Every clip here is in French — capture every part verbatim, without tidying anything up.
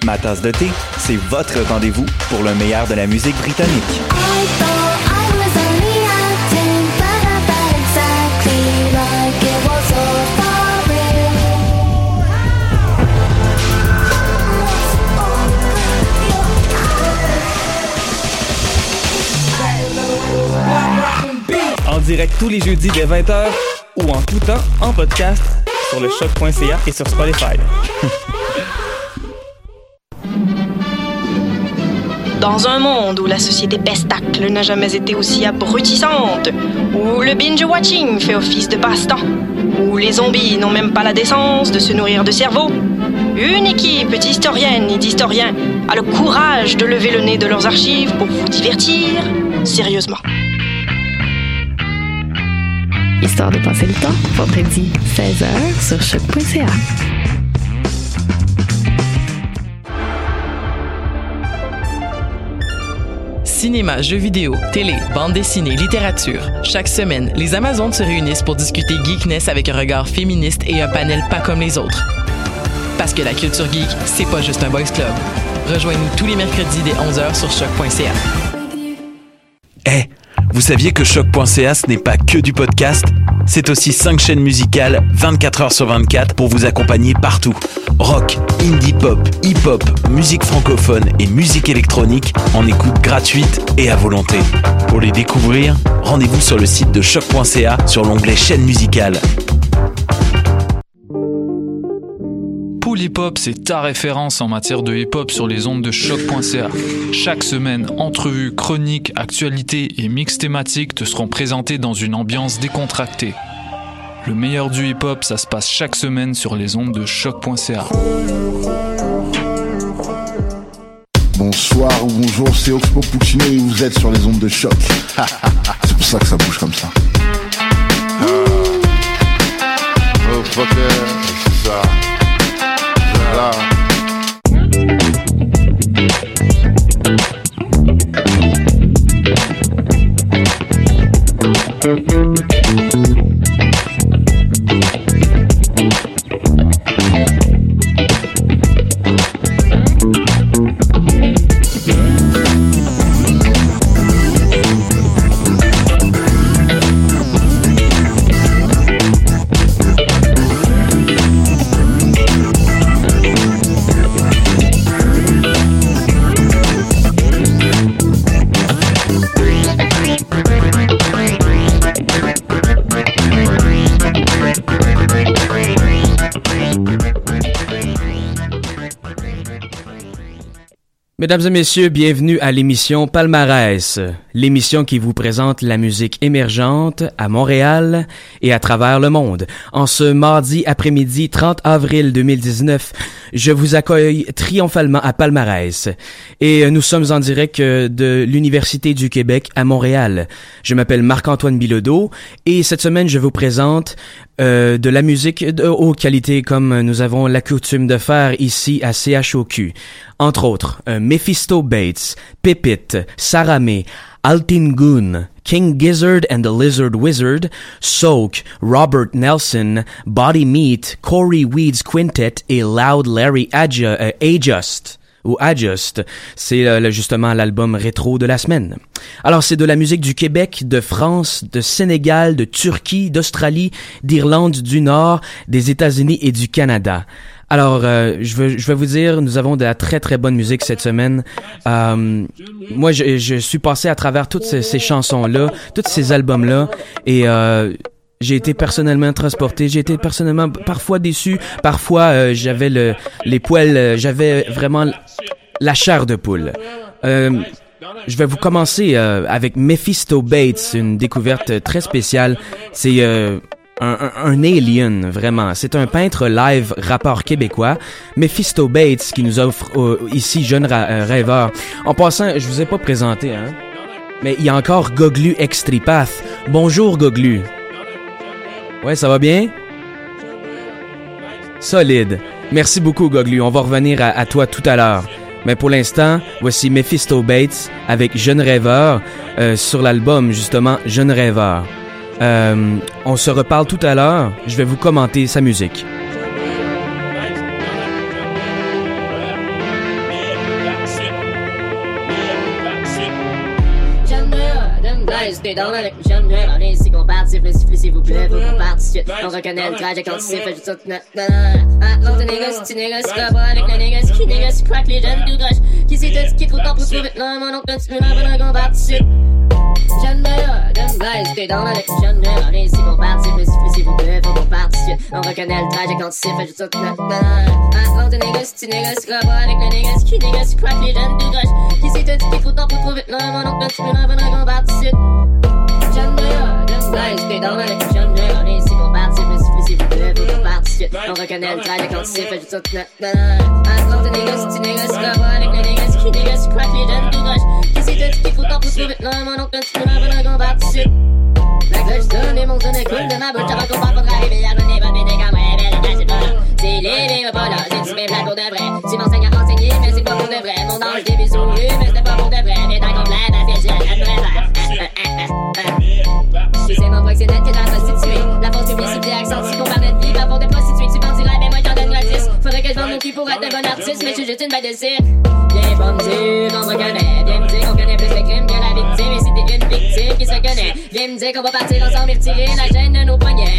Ma tasse de thé, c'est votre rendez-vous pour le meilleur de la musique britannique. En direct tous les jeudis dès vingt heures ou en tout temps en podcast sur le choc point c a et sur Spotify. Dans un monde où la société pestacle n'a jamais été aussi abrutissante, où le binge-watching fait office de passe-temps, où les zombies n'ont même pas la décence de se nourrir de cerveau, une équipe d'historiennes et d'historiens a le courage de lever le nez de leurs archives pour vous divertir sérieusement. Histoire de passer le temps, vendredi seize heures sur choc point c a. Cinéma, jeux vidéo, télé, bande dessinée, littérature. Chaque semaine, les Amazones se réunissent pour discuter geekness avec un regard féministe et un panel pas comme les autres. Parce que la culture geek, c'est pas juste un boys club. Rejoignez-nous tous les mercredis dès onze heures sur choc point c a. Eh, hey, vous saviez que choc point c a ce n'est pas que du podcast? C'est aussi cinq chaînes musicales vingt-quatre heures sur vingt-quatre pour vous accompagner partout. Rock, indie pop, hip-hop, musique francophone et musique électronique en écoute gratuite et à volonté. Pour les découvrir, rendez-vous sur le site de choc point c a sur l'onglet chaîne musicale. Pool Hip Hop, c'est ta référence en matière de hip-hop sur les ondes de choc point c a. Chaque semaine, entrevues, chroniques, actualités et mix thématiques te seront présentés dans une ambiance décontractée. Le meilleur du hip-hop, ça se passe chaque semaine sur les ondes de choc point c a. Bonsoir ou bonjour, c'est Oxpo Puccino et vous êtes sur les ondes de choc. C'est pour ça que ça bouge comme ça. Oh fucker, c'est ça. Là. Mesdames et messieurs, bienvenue à l'émission Palmarès, l'émission qui vous présente la musique émergente à Montréal et à travers le monde. En ce mardi après-midi trente avril deux mille dix-neuf, je vous accueille triomphalement à Palmarès et nous sommes en direct de l'Université du Québec à Montréal. Je m'appelle Marc-Antoine Bilodeau et cette semaine je vous présente euh, de la musique de haute qualité comme nous avons la coutume de faire ici à C H O Q. Entre autres, euh, Mephisto Bates, Pipit, Saramé, Altingun, King Gizzard and the Lizard Wizard, Soak, Robert Nelson, Body Meat, Corey Weeds Quintet et Loud Larry Adju- euh, Adjust. Ou Adjust, c'est euh, justement l'album rétro de la semaine. Alors c'est de la musique du Québec, de France, de Sénégal, de Turquie, d'Australie, d'Irlande du Nord, des États-Unis et du Canada. Alors, euh, je veux, je vais vous dire, nous avons de la très très bonne musique cette semaine. Euh, moi, je, je suis passé à travers toutes ces, ces chansons-là, tous ces albums-là, et euh, j'ai été personnellement transporté. J'ai été personnellement parfois déçu, parfois euh, j'avais le, les poils, euh, j'avais vraiment la chair de poule. Euh, je vais vous commencer euh, avec Mephisto Bates, une découverte très spéciale. C'est euh, Un, un, un alien, vraiment. C'est un peintre live rappeur québécois, Mephisto Bates, qui nous offre euh, ici Jeune ra- euh, Rêveur. En passant, je vous ai pas présenté, hein, mais il y a encore Goglu Extripath. Bonjour Goglu. Ouais, ça va bien? Solide. Merci beaucoup Goglu, on va revenir à, à toi tout à l'heure. Mais pour l'instant, voici Mephisto Bates avec Jeune Rêveur euh, sur l'album, justement, Jeune Rêveur. Euh, on se reparle tout à l'heure. Je vais vous commenter sa musique. Guys, t'es dans avec jeune rêve, on est ici compartif, le sifflet s'il vous plaît, faut qu'on parte suite. On reconnaît le trajet quand tu sais, fait juste tout, na, na, na. Ah, non, t'es négoce, tu négoces, pas pas avec le négoce, qui négoce, crack les jeunes tout gauche. Qui s'est tout, qui trop tard pour trouver, non, mon oncle, tu me l'as, qu'on parte suite. Jeune rêve, jeune guys, t'es dans avec jeune rêve, on est ici compartif, le sifflet s'il vous plaît, faut qu'on parte suite. On reconnaît le trajet quand tu sais, fait juste tout, na, na, na. Ah, non, t'es négoce, tu négoces, pas pas avec le négoce, qui négoce, crack les jeunes tout gauche. Qui s'est tout, qui trop tard pour trouver, non, mon oncle, tu me l'as, qu'on parte suite. Jeune rêve, jeune guys, t'es dans avec jeune rêve, on est ici compartif, le sifflet s'il vous plaît, faut qu'on parte suite. On reconnaît le trajet quand tu sais, fait juste tout, na, na, na. Ah, non, t'es négoce, tu négoces, pas pas avec le négoce, qui négoce, crack les jeunes tout gauche. Qui s'est tout, qui trop tard pour trouver, non, mon oncle, tu me l'as, qu'on parte suite. La cloche sonne et mon son écoule de ma bouche, avant qu'on parle pas de arriver à donner votre médé comme ouais, mais là, c'est pas là. C'est les pas là, c'est du même plat pour de vrai. Tu m'enseignes à enseigner, mais c'est pas pour de vrai. Mon ange des bisous, mais c'était pas pour de vrai. Mais t'as complète, la fiège, je sais mon proxénète que t'as prostitué. La force publicité accentue qu'on parlait de vie, pas pour des prostituées. Tu penses direct, mais moi j'en donne gratis. Faudrait que je vende mon cul pour être un bon artiste, mais je suis juste une bête de cire. Viens pas me dire qu'on me reconnaît, viens me dire qu'on connaît plus le crime que la victime. Et si t'es une victime qui se connaît, viens me dire qu'on va partir ensemble et retirer la chaîne de nos poignets.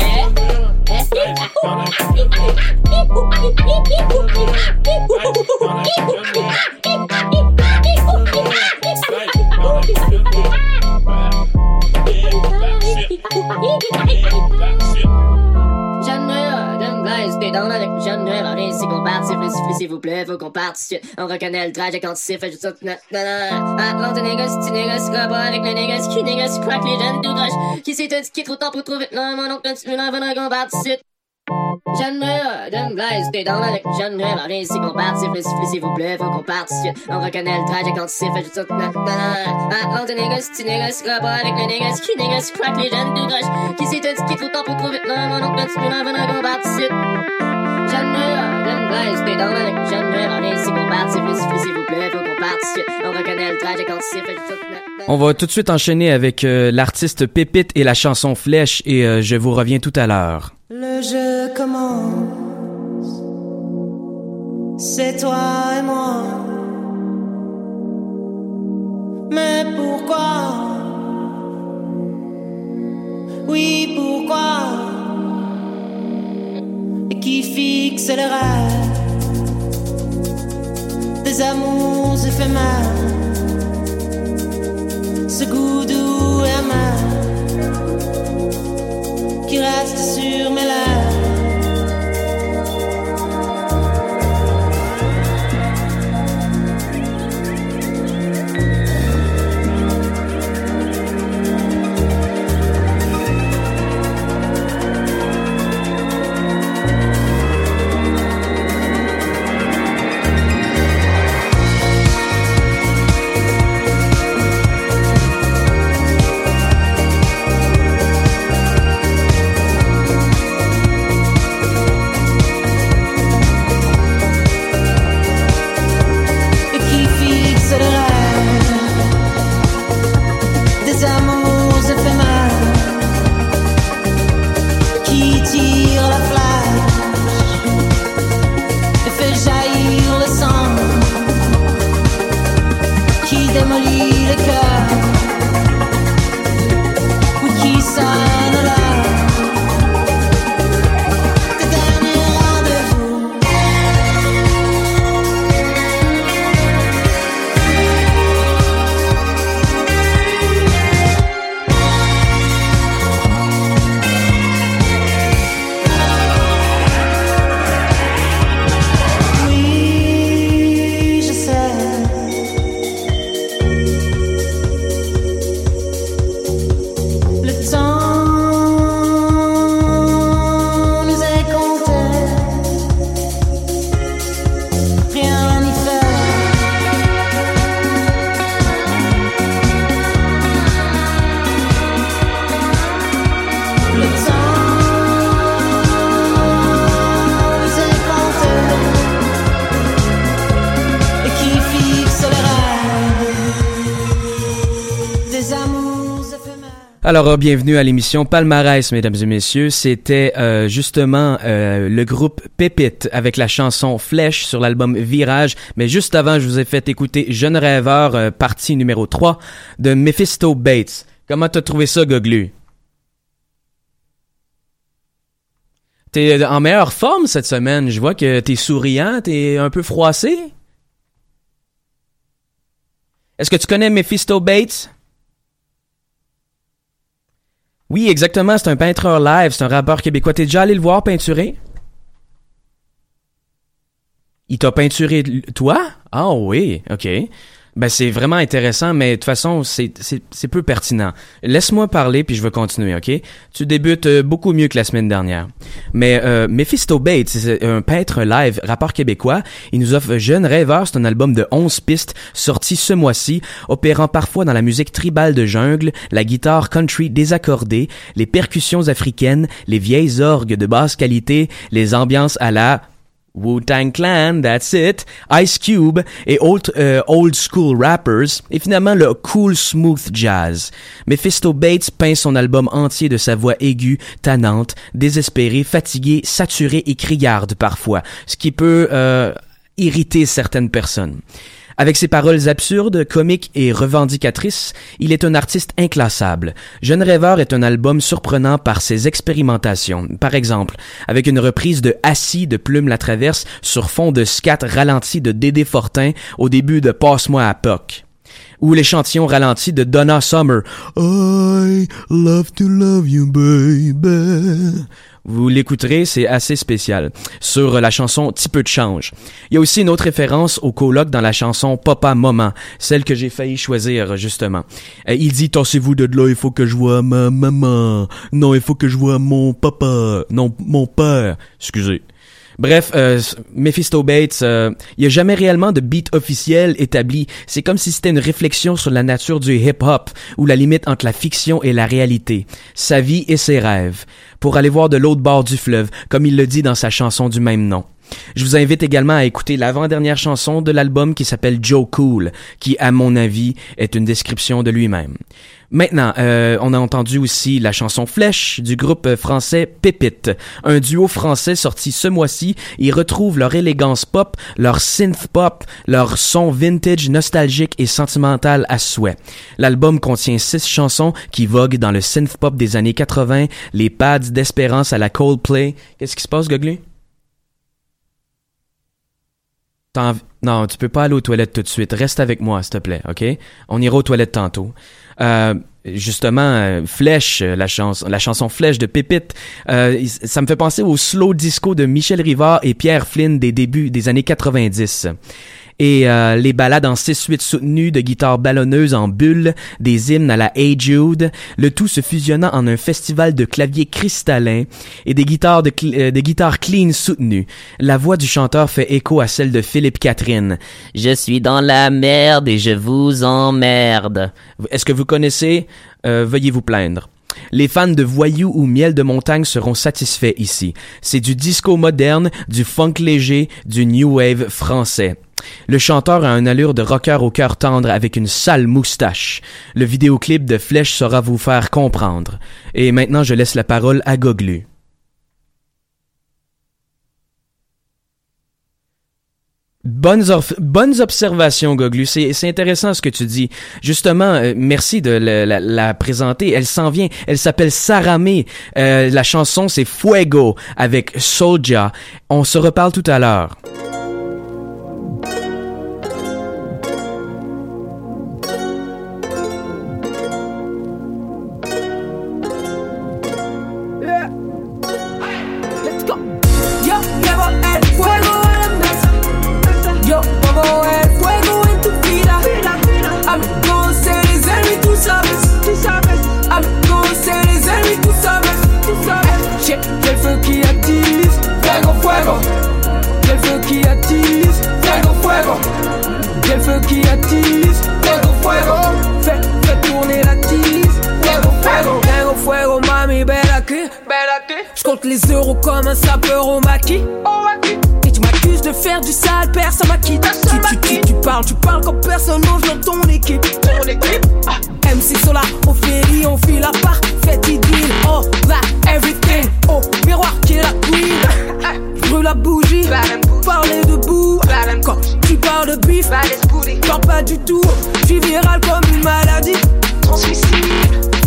Jeune rêve, jeune guys, t'es dans avec jeune rêve, on est ici qu'on parte, siffle, siffle, s'il vous plaît, faut qu'on parte suite. On reconnaît le trajet quand tu sais, fait juste ça, na, na, na. Ah, non, t'es négoce, tu négoces, pas avec le négoce, qui négoce, crack les jeunes tout gauche. Qui s'est tout, qui trop tard pour trouver, non, mon oncle, tu me l'as, faudrait qu'on parte suite. Jeune rêve, jeune guys, t'es dans avec jeune rêve, on est ici qu'on parte, siffle, siffle, s'il vous plaît, faut qu'on parte suite. On reconnaît le trajet quand tu sais, fait juste ça, na, na, na. Ah, non, t'es négoce, tu négoces, pas avec le négoce, qui négoce, crack les jeunes tout gauche. Qui s'est tout, qui trop tard pour trouver, non, mon oncle, tu me l'as, faudrait qu'on parte suite. Jeune rêve, jeune guys, t'es dans avec jeune rêve, on est ici qu'on parte, siffle, siffle, s'il vous plaît, faut qu'on parte suite. On reconnaît le trajet quand tu sais, fait juste ça, na, na. On va tout de suite enchaîner avec euh, l'artiste Pépite et la chanson Flèche et euh, je vous reviens tout à l'heure. Le jeu commence, c'est toi et moi. Mais pourquoi? Oui, pourquoi? Et qui fixe les rêves des amours éphémères, ce goût doux et amer qui reste sur mes lèvres. Alors, bienvenue à l'émission Palmarès, mesdames et messieurs. C'était euh, justement euh, le groupe Pépite avec la chanson Flèche sur l'album Virage. Mais juste avant, je vous ai fait écouter Jeune Rêveur, euh, partie numéro trois de Mephisto Bates. Comment t'as trouvé ça, Goglu? T'es en meilleure forme cette semaine. Je vois que t'es souriant, t'es un peu froissé. Est-ce que tu connais Mephisto Bates? Oui, exactement, c'est un peintre live, c'est un rappeur québécois. T'es déjà allé le voir peinturer? Il t'a peinturé toi? Ah oui, ok. Ben c'est vraiment intéressant, mais de toute façon, c'est, c'est, c'est peu pertinent. Laisse-moi parler, puis je vais continuer, ok? Tu débutes euh, beaucoup mieux que la semaine dernière. Mais euh, Mephisto Bates, c'est un peintre live, rappeur québécois. Il nous offre Jeune Rêveur, c'est un album de onze pistes, sorti ce mois-ci, opérant parfois dans la musique tribale de jungle, la guitare country désaccordée, les percussions africaines, les vieilles orgues de basse qualité, les ambiances à la... Wu-Tang Clan, that's it, Ice Cube et old, euh, old school rappers, et finalement le cool smooth jazz. Mephisto Bates peint son album entier de sa voix aiguë, tannante, désespérée, fatiguée, saturée et criarde parfois, ce qui peut euh, irriter certaines personnes. Avec ses paroles absurdes, comiques et revendicatrices, il est un artiste inclassable. Jeune Rêveur est un album surprenant par ses expérimentations. Par exemple, avec une reprise de Assis de Plume la Traverse sur fond de scat ralenti de Dédé Fortin au début de Passe-moi à Poc. Ou l'échantillon ralenti de Donna Summer. I love to love you, baby. Vous l'écouterez, c'est assez spécial. Sur la chanson Petit peu de change. Il y a aussi une autre référence au coloc dans la chanson Papa Moment, celle que j'ai failli choisir, justement. Euh, il dit, tassez-vous de là, il faut que je vois ma maman. Non, il faut que je vois mon papa. Non, mon père. Excusez. Bref, euh, Mephisto Bates, euh, il n'y a jamais réellement de beat officiel établi. C'est comme si c'était une réflexion sur la nature du hip-hop, ou la limite entre la fiction et la réalité. Sa vie et ses rêves. Pour aller voir de l'autre bord du fleuve, comme il le dit dans sa chanson du même nom. Je vous invite également à écouter l'avant-dernière chanson de l'album qui s'appelle Joe Cool, qui, à mon avis, est une description de lui-même. Maintenant, euh, on a entendu aussi la chanson Flèche du groupe français Pépite, un duo français sorti ce mois-ci. Ils retrouvent leur élégance pop, leur synth pop, leur son vintage, nostalgique et sentimental à souhait. L'album contient six chansons qui voguent dans le synth pop des années quatre-vingts, les pads d'espérance à la Coldplay. Qu'est-ce qui se passe, Goglu? T'en... Non, tu peux pas aller aux toilettes tout de suite. Reste avec moi, s'il te plaît, ok? On ira aux toilettes tantôt. Euh, justement, euh, Flèche, la chanson, la chanson Flèche de Pépite, euh, ça me fait penser au slow disco de Michel Rivard et Pierre Flynn des débuts des années quatre-vingt-dix. Et euh, les ballades en six huit soutenues de guitare ballonneuse en bulle, des hymnes à la Hey Jude, le tout se fusionnant en un festival de claviers cristallins et des guitares de cl- euh, des guitares clean soutenues. La voix du chanteur fait écho à celle de Philippe Catherine. Je suis dans la merde et je vous emmerde. Est-ce que vous connaissez? Euh, veuillez vous plaindre. Les fans de Voyou ou Miel de Montagne seront satisfaits ici. C'est du disco moderne, du funk léger, du new wave français. Le chanteur a une allure de rocker au cœur tendre avec une sale moustache. Le vidéoclip de Flèche saura vous faire comprendre. Et maintenant, je laisse la parole à Goglu. Bonnes, orf- bonnes observations, Goglu. C'est, c'est intéressant ce que tu dis. Justement, euh, merci de la, la, la présenter. Elle s'en vient. Elle s'appelle Saramé. Euh, la chanson, c'est Fuego avec Soulja. On se reparle tout à l'heure. Qui attise, fuego, fuego, fais, fais tourner la tise, fuego, fuego, fuego, fuego, mami, belle à qui, belle à qui. J'compte les euros comme un sapeur au maquis, au maquis. Et tu m'accuses de faire du sale, personne m'acquitte. Tu, tu, tu, tu parles, tu parles comme personne n'ose dans ton équipe, ton équipe. Ah. M C Sola, au ferry, on file à part, faites idylle, oh, that, everything, oh, miroir qui est la queen. Brûle la bougie, parler debout. Quand tu parles de bif, parle pas du tout. Tu viral comme une maladie transmissible.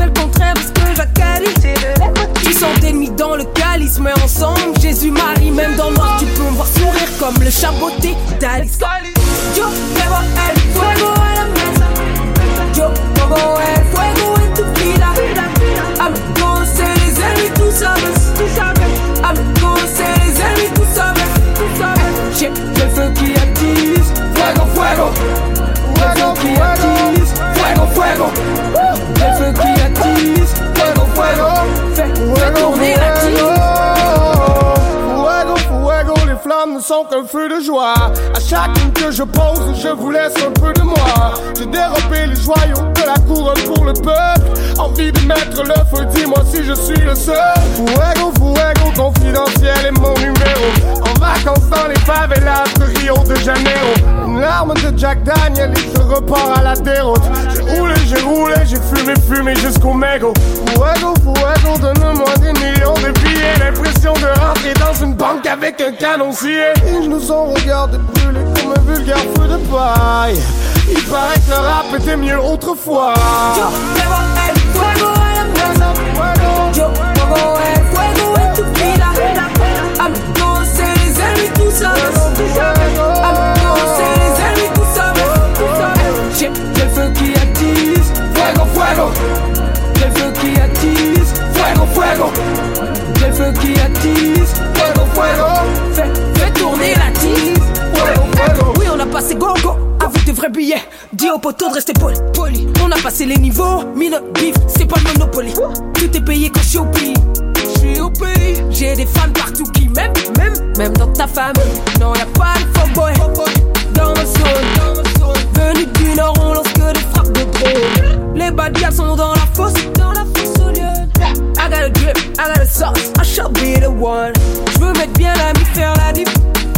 sont qu'un feu de joie. À chacune que je pose, je vous laisse un peu de moi. J'ai dérobé les joyaux de la couronne pour le peuple. Envie de mettre le feu, dis-moi si je suis le seul. Fuego, fuego, confidentiel est mon numéro. En vacances dans les favelas de Rio de Janeiro. Une larme de Jack Daniel et je repars à la déroute. J'ai roulé, j'ai roulé, j'ai fumé, fumé jusqu'au mégot. Fuego, fuego, donne-moi des millions de billets. L'impression de rentrer dans une banque avec un canoncier. Ils nous ont regardé brûler comme un vulgaire feu de paille. Il paraît que le rap était mieux autrefois. Yo, fuego, el fuego a la plaza. Yo, fuego, el fuego en tu vida. Amigos, c'est les ennemis, tout ça. Amigos, c'est les ennemis, tout ça. J'ai, j'ai le feu qui attise. Fuego, fuego. J'ai le feu qui attise. Fuego, fuego. J'ai le feu qui attise. Fuego, fuego. Fais, fais tourner la tise. Fuego, fuego. Oui, on a passé go-go avec de vrais billets. Dis au poteau de rester poli, poli. On a passé les niveaux, mis notre bif, c'est pas le Monopoly. Tout est payé quand je suis au pays. Je suis au pays. J'ai des fans partout qui m'aiment, même, même dans ta famille. Non, y'a pas de fanboy dans ma zone. Venu du Nord, on lance que des frappes de drone. Les bad guys sont dans la fosse, dans la fosse au lieu. I got a drip, I got a sauce, I shall be the one. J'veux mettre bien la mi, faire la dip.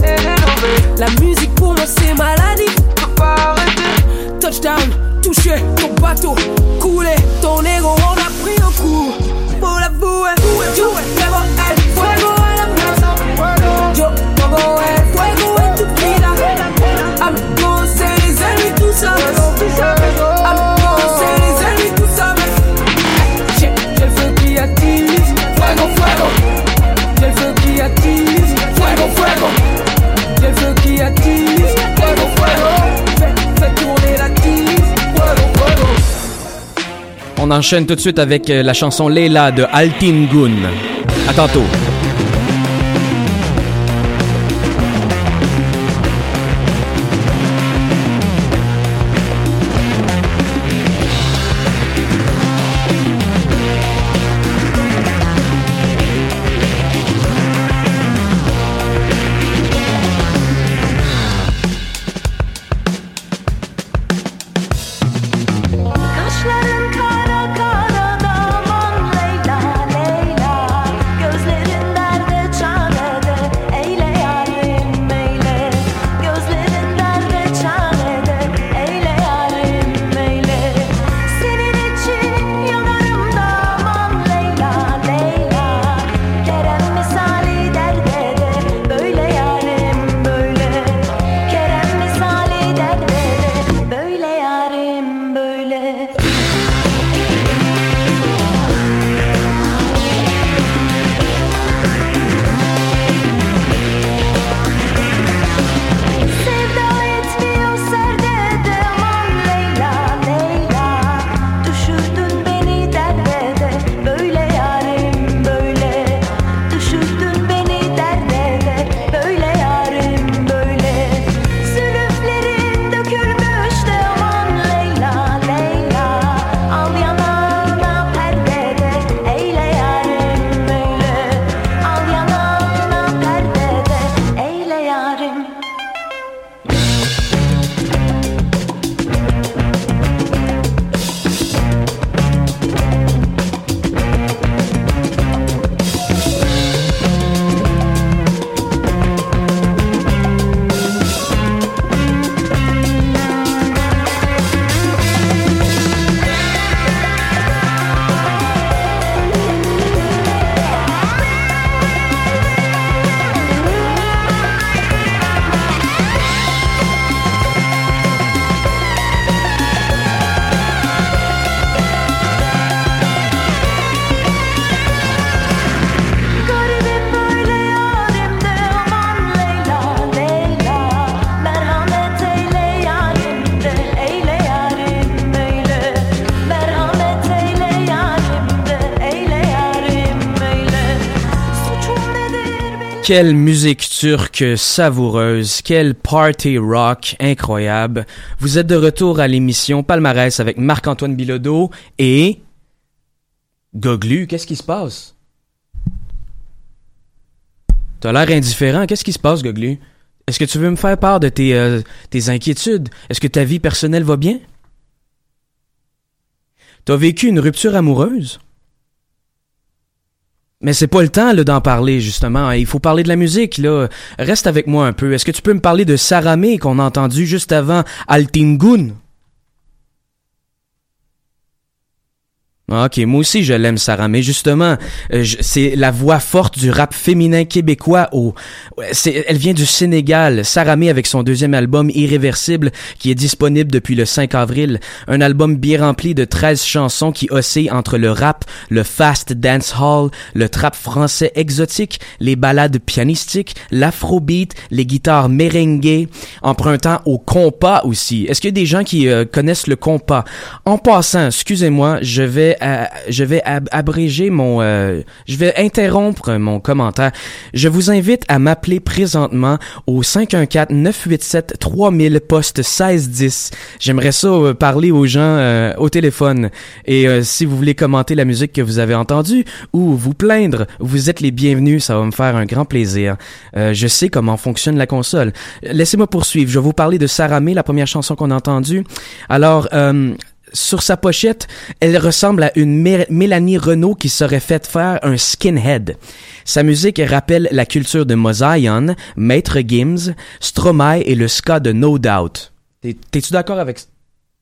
La musique pour moi c'est maladie. Faut pas arrêter. Touchdown, touché ton bateau, coulé ton ego, on a pris un coup. Faut l'avouer. Yo, fuego, el fuego a la plaza. Yo, fuego, el fuego en tu vida. Amigos, c'est les ennemis, tout ça. Amigos, c'est les ennemis, tout ça. J'ai, j'ai le feu qui attise. Fuego, fuego. J'ai le feu qui attise. Fuego, fuego. J'ai le feu qui attise. Fuego, fuego. Fais, fais tourner la tise. Fuego, fuego. On enchaîne tout de suite avec la chanson Leila de Altin Gun. À tantôt. Kaşların kara kara daman Leyla Leyla, gözlerin derde çarede, eyle yarim eyle. Gözlerin derde çarede, eyle yarim eyle. Senin için yanarım daman Leyla Leyla, Kerem misali derde de, böyle yarim böyle. Kerem misali derde de, böyle yarim böyle. Sevda etmiyor serdede aman Leyla Leyla, düşürdün beni derdede, böyle yarim böyle. Düşürdün beni derdede, böyle yarim böyle. Zülüflerin dökülmüş de aman Leyla Leyla, al yanağına perdede, eyle yarim böyle. Al yanağına perdede, eyle yarim. Garibim böyle yarim de aman Leyla Leyla, merhamet eyle yarim de, eyle yarim eyle. Merhamet eyle yarim de, eyle yarim eyle. Suçum nedir bil. Quelle musique turque savoureuse, quel party rock incroyable. Vous êtes de retour à l'émission Palmarès avec Marc-Antoine Bilodeau et Goglu. Qu'est-ce qui se passe? T'as l'air indifférent. Qu'est-ce qui se passe, Goglu? Est-ce que tu veux me faire part de tes, euh, tes inquiétudes? Est-ce que ta vie personnelle va bien? T'as vécu une rupture amoureuse? Mais c'est pas le temps là, d'en parler, justement. Il faut parler de la musique, là. Reste avec moi un peu. Est-ce que tu peux me parler de Saramé qu'on a entendu juste avant Altingun? Ok, moi aussi je l'aime, Saramé. Justement, euh, je, c'est la voix forte du rap féminin québécois. Au, c'est, elle vient du Sénégal. Saramé avec son deuxième album Irréversible qui est disponible depuis le cinq avril. Un album bien rempli de treize chansons qui oscillent entre le rap, le fast dancehall, le trap français exotique, les ballades pianistiques, l'afrobeat, les guitares merengue, empruntant au compas aussi. Est-ce qu'il y a des gens qui euh, connaissent le compas? En passant, excusez-moi, je vais Euh, je vais ab- abréger mon... Euh, je vais interrompre mon commentaire. Je vous invite à m'appeler présentement au cinq un quatre neuf huit sept trois mille poste seize dix. J'aimerais ça euh, parler aux gens euh, au téléphone. Et euh, si vous voulez commenter la musique que vous avez entendue ou vous plaindre, vous êtes les bienvenus. Ça va me faire un grand plaisir. Euh, je sais comment fonctionne la console. Laissez-moi poursuivre. Je vais vous parler de Saramé, la première chanson qu'on a entendue. Alors... Euh, Sur sa pochette, elle ressemble à une Mé- Mélanie Renaud qui serait faite faire un skinhead. Sa musique rappelle la culture de Mozion, Maître Gims, Stromae et le ska de No Doubt. T'es, t'es-tu d'accord avec ça?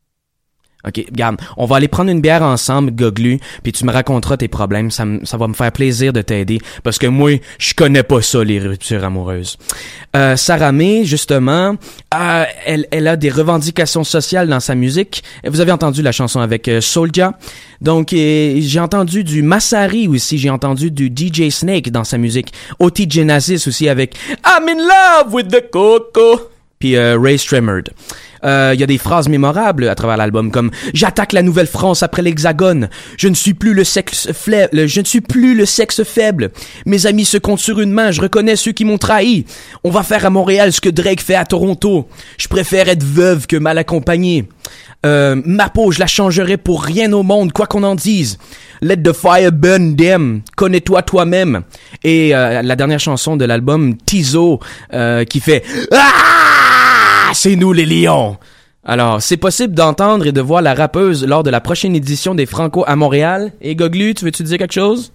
Ok, regarde, on va aller prendre une bière ensemble, Goglu, puis tu me raconteras tes problèmes, ça, m- ça va me faire plaisir de t'aider, parce que moi, je connais pas ça, les ruptures amoureuses. Euh, Saramé, justement, euh, elle, elle a des revendications sociales dans sa musique. Vous avez entendu la chanson avec euh, Soulja. Donc, euh, j'ai entendu du Massari aussi, j'ai entendu du D J Snake dans sa musique. O T Genesis aussi avec I'm in love with the coco. Puis euh, Ray Stremmerd. Il euh, y a des phrases mémorables à travers l'album comme « J'attaque la Nouvelle-France après l'Hexagone. Je ne suis plus le sexe faible. Je ne suis plus le sexe faible. Mes amis se comptent sur une main. Je reconnais ceux qui m'ont trahi. On va faire à Montréal ce que Drake fait à Toronto. Je préfère être veuve que mal accompagnée. Euh, ma peau, je la changerai pour rien au monde, quoi qu'on en dise. Let the fire burn them. Connais-toi toi-même. » Et euh, la dernière chanson de l'album, Tizo, euh, qui fait « Ah! C'est nous les lions! » Alors, c'est possible d'entendre et de voir la rappeuse lors de la prochaine édition des Franco à Montréal. Et Goglu, tu veux-tu dire quelque chose?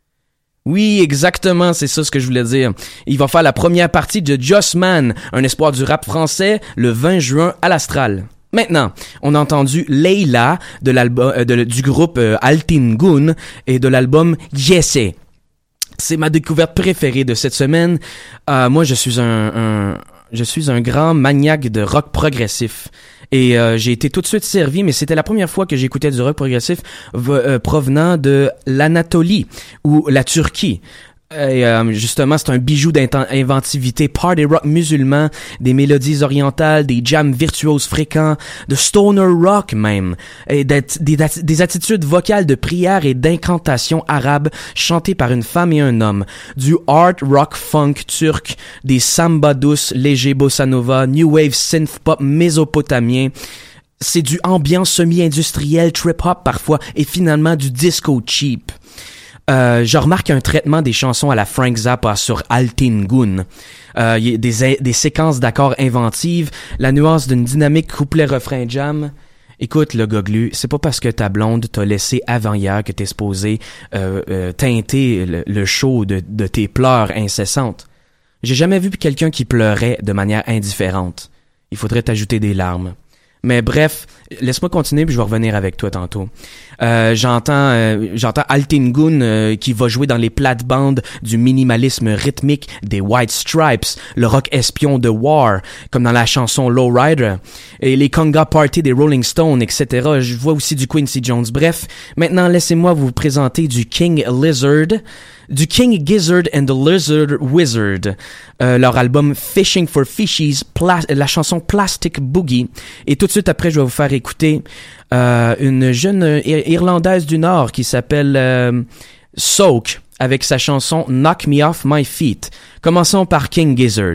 Oui, exactement, c'est ça ce que je voulais dire. Il va faire la première partie de Just Man, un espoir du rap français, le vingt juin à l'Astral. Maintenant, on a entendu Leila de l'album euh, de, du groupe euh, Altingun et de l'album Yese. C'est ma découverte préférée de cette semaine. Euh, moi, je suis un, un je suis un grand maniaque de rock progressif. Et euh, j'ai été tout de suite servi, mais c'était la première fois que j'écoutais du rock progressif v- euh, provenant de l'Anatolie ou la Turquie. Et euh, justement, c'est un bijou d'inventivité, party rock musulman, des mélodies orientales, des jams virtuoses fréquents, de stoner rock même, et des, des, des attitudes vocales de prière et d'incantation arabe chantées par une femme et un homme, du art rock funk turc, des samba douce, léger bossa nova, new wave synth pop mésopotamien. C'est du ambiance semi-industriel, trip hop parfois, et finalement du disco cheap. Euh, je remarque un traitement des chansons à la Frank Zappa sur Altingun. Euh, y a des, des séquences d'accords inventives, la nuance d'une dynamique couplet-refrain-jam. Écoute, le Goglu, c'est pas parce que ta blonde t'a laissé avant hier que t'es supposé euh, euh, teinter le, le show de, de tes pleurs incessantes. J'ai jamais vu quelqu'un qui pleurait de manière indifférente. Il faudrait t'ajouter des larmes. Mais bref, laisse-moi continuer puis je vais revenir avec toi tantôt. Euh, j'entends euh, j'entends Altingun euh, qui va jouer dans les plates-bandes du minimalisme rythmique des White Stripes, le rock espion de War, comme dans la chanson Lowrider, et les Conga Party des Rolling Stones, et cetera. Je vois aussi du Quincy Jones. Bref, maintenant laissez-moi vous présenter du King Lizard, du King Gizzard and the Lizard Wizard, euh, leur album Fishing for Fishies, pla- la chanson Plastic Boogie, et tout de suite après je vais vous faire écouter euh, une jeune euh, Irlandaise du Nord qui s'appelle euh, Soak avec sa chanson Knock Me Off My Feet. Commençons par King Gizzard.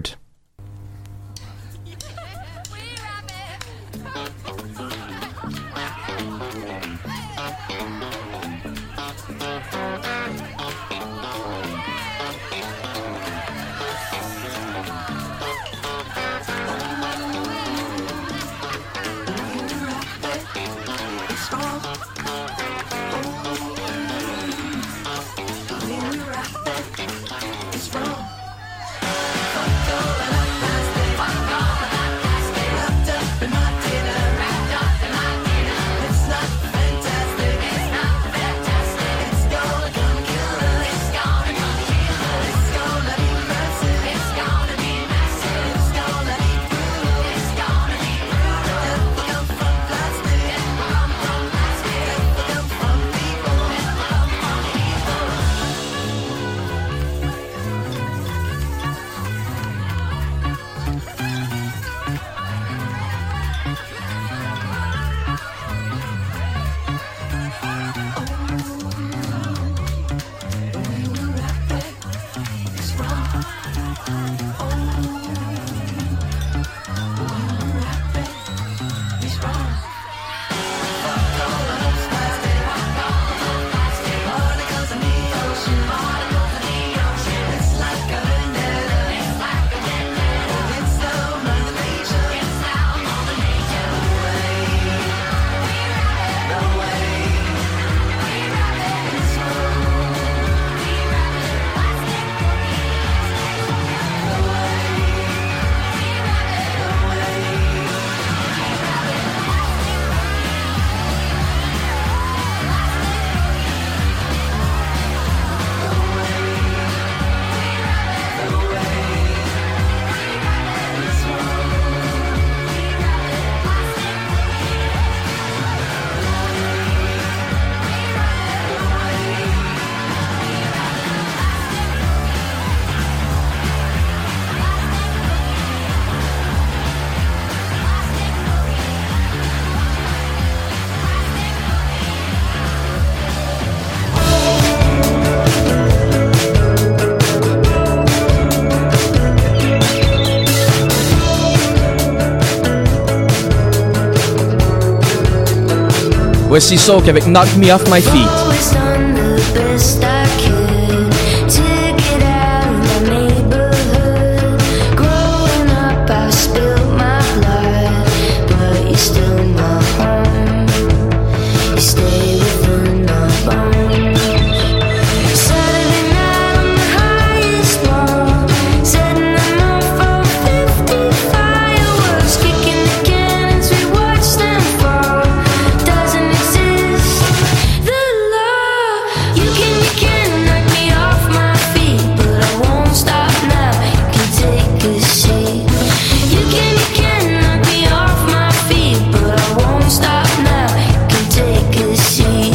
Voici Soak avec Knock Me Off My Feet. Always done the best I could to get out of my neighborhood. Growing up, I spilled my blood, but you're still my home. You stay within my bones. Saturday night on the highest wall, setting them off for fifty fireworks, kicking the cannons, we watch them fall. Doesn't exist. The law, you can, you can knock me off my feet, but I won't stop now. You can take a seat. You can, you can knock me off my feet, but I won't stop now. You can take a seat.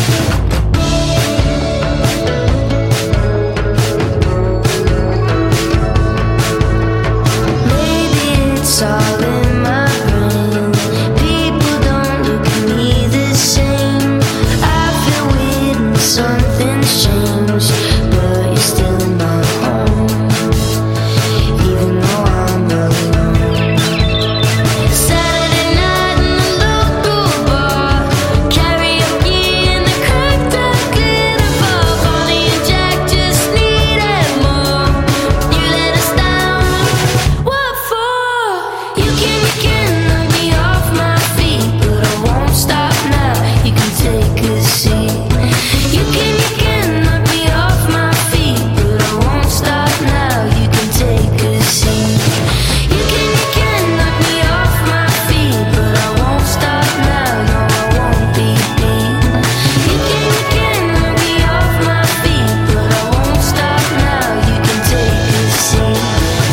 Maybe it's all in my brain. People don't look at me the same. I feel weird and something's changed, but you're still my home, even though I'm alone. Saturday night in the local bar, karaoke in the cracked up glitter bar. Bonnie and Jack just needed more. You let us down. What for? You can, you can knock me off my feet, but I won't stop now. You can take a seat. You can, you can knock me off my feet, but I won't stop now. You can take a seat. You can, you can knock me off my feet, but I won't stop now. No, I won't be beat. You can, you can knock me off my feet, but I won't stop now. You can take a seat.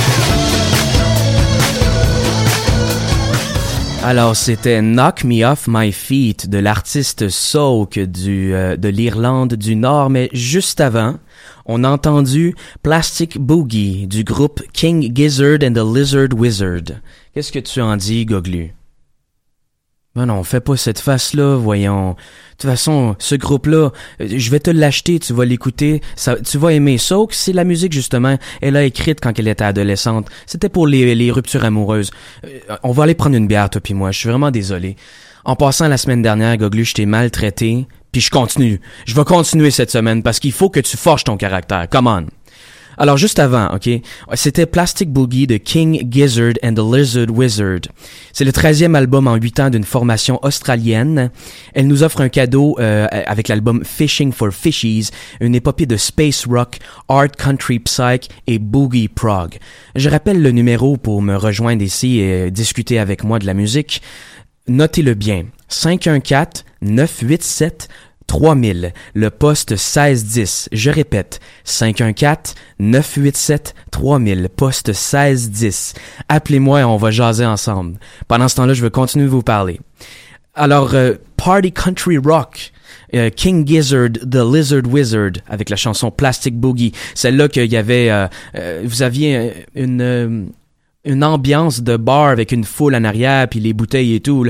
Alors, c'était Knock Me Off My Feet de l'artiste Soak du, euh, de l'Irlande du Nord, mais juste avant, on a entendu Plastic Boogie du groupe King Gizzard and the Lizard Wizard. Qu'est-ce que tu en dis, Goglu? Ben non, fais pas cette face-là, voyons. De toute façon, ce groupe-là, euh, je vais te l'acheter, tu vas l'écouter, ça, tu vas aimer. Soak, c'est la musique, justement, elle a écrite quand elle était adolescente. C'était pour les, les ruptures amoureuses. Euh, on va aller prendre une bière, toi pis moi, je suis vraiment désolé. En passant la semaine dernière, Goglu, je t'ai maltraité, puis je continue. Je vais continuer cette semaine, parce qu'il faut que tu forges ton caractère. Come on. Alors, juste avant, OK, c'était Plastic Boogie de King Gizzard and the Lizard Wizard. C'est le treizième album en huit ans d'une formation australienne. Elle nous offre un cadeau euh, avec l'album Fishing for Fishies, une épopée de space rock, art country psych et boogie prog. Je rappelle le numéro pour me rejoindre ici et discuter avec moi de la musique. Notez-le bien, cinq un quatre neuf huit sept trois mille, le poste seize dix. Je répète, cinq un quatre neuf huit sept trois mille, poste seize dix. Appelez-moi et on va jaser ensemble. Pendant ce temps-là, je vais continuer de vous parler. Alors, euh, Party Country Rock, euh, King Gizzard, The Lizard Wizard, avec la chanson Plastic Boogie. Celle-là qu'il y avait, euh, euh, vous aviez une... Euh, une ambiance de bar avec une foule en arrière puis les bouteilles et tout.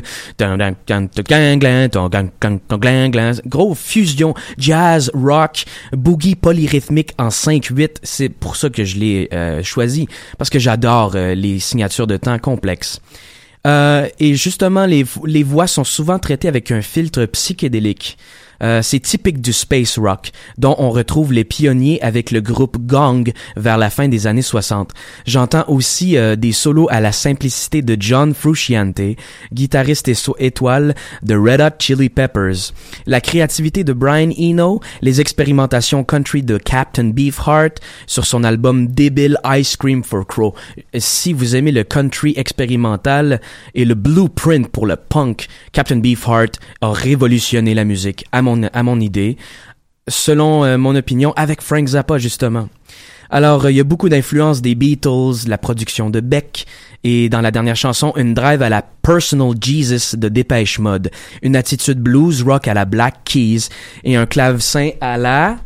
Gros fusion jazz, rock, boogie polyrythmique en cinq huit. C'est pour ça que je l'ai euh, choisi, parce que j'adore euh, les signatures de temps complexes. Euh, et justement, les, les voix sont souvent traitées avec un filtre psychédélique. Euh, c'est typique du space rock, dont on retrouve les pionniers avec le groupe Gong vers la fin des années soixante. J'entends aussi euh, des solos à la simplicité de John Frusciante, guitariste et so- étoile de Red Hot Chili Peppers. La créativité de Brian Eno, les expérimentations country de Captain Beefheart sur son album débile Ice Cream for Crow. Si vous aimez le country expérimental et le blueprint pour le punk, Captain Beefheart a révolutionné la musique. À mon, à mon idée, selon euh, mon opinion, avec Frank Zappa, justement. Alors, il euh, y a beaucoup d'influences des Beatles, la production de Beck, et dans la dernière chanson, une drive à la Personal Jesus de Depeche Mode, une attitude blues rock à la Black Keys, et un clavecin à la...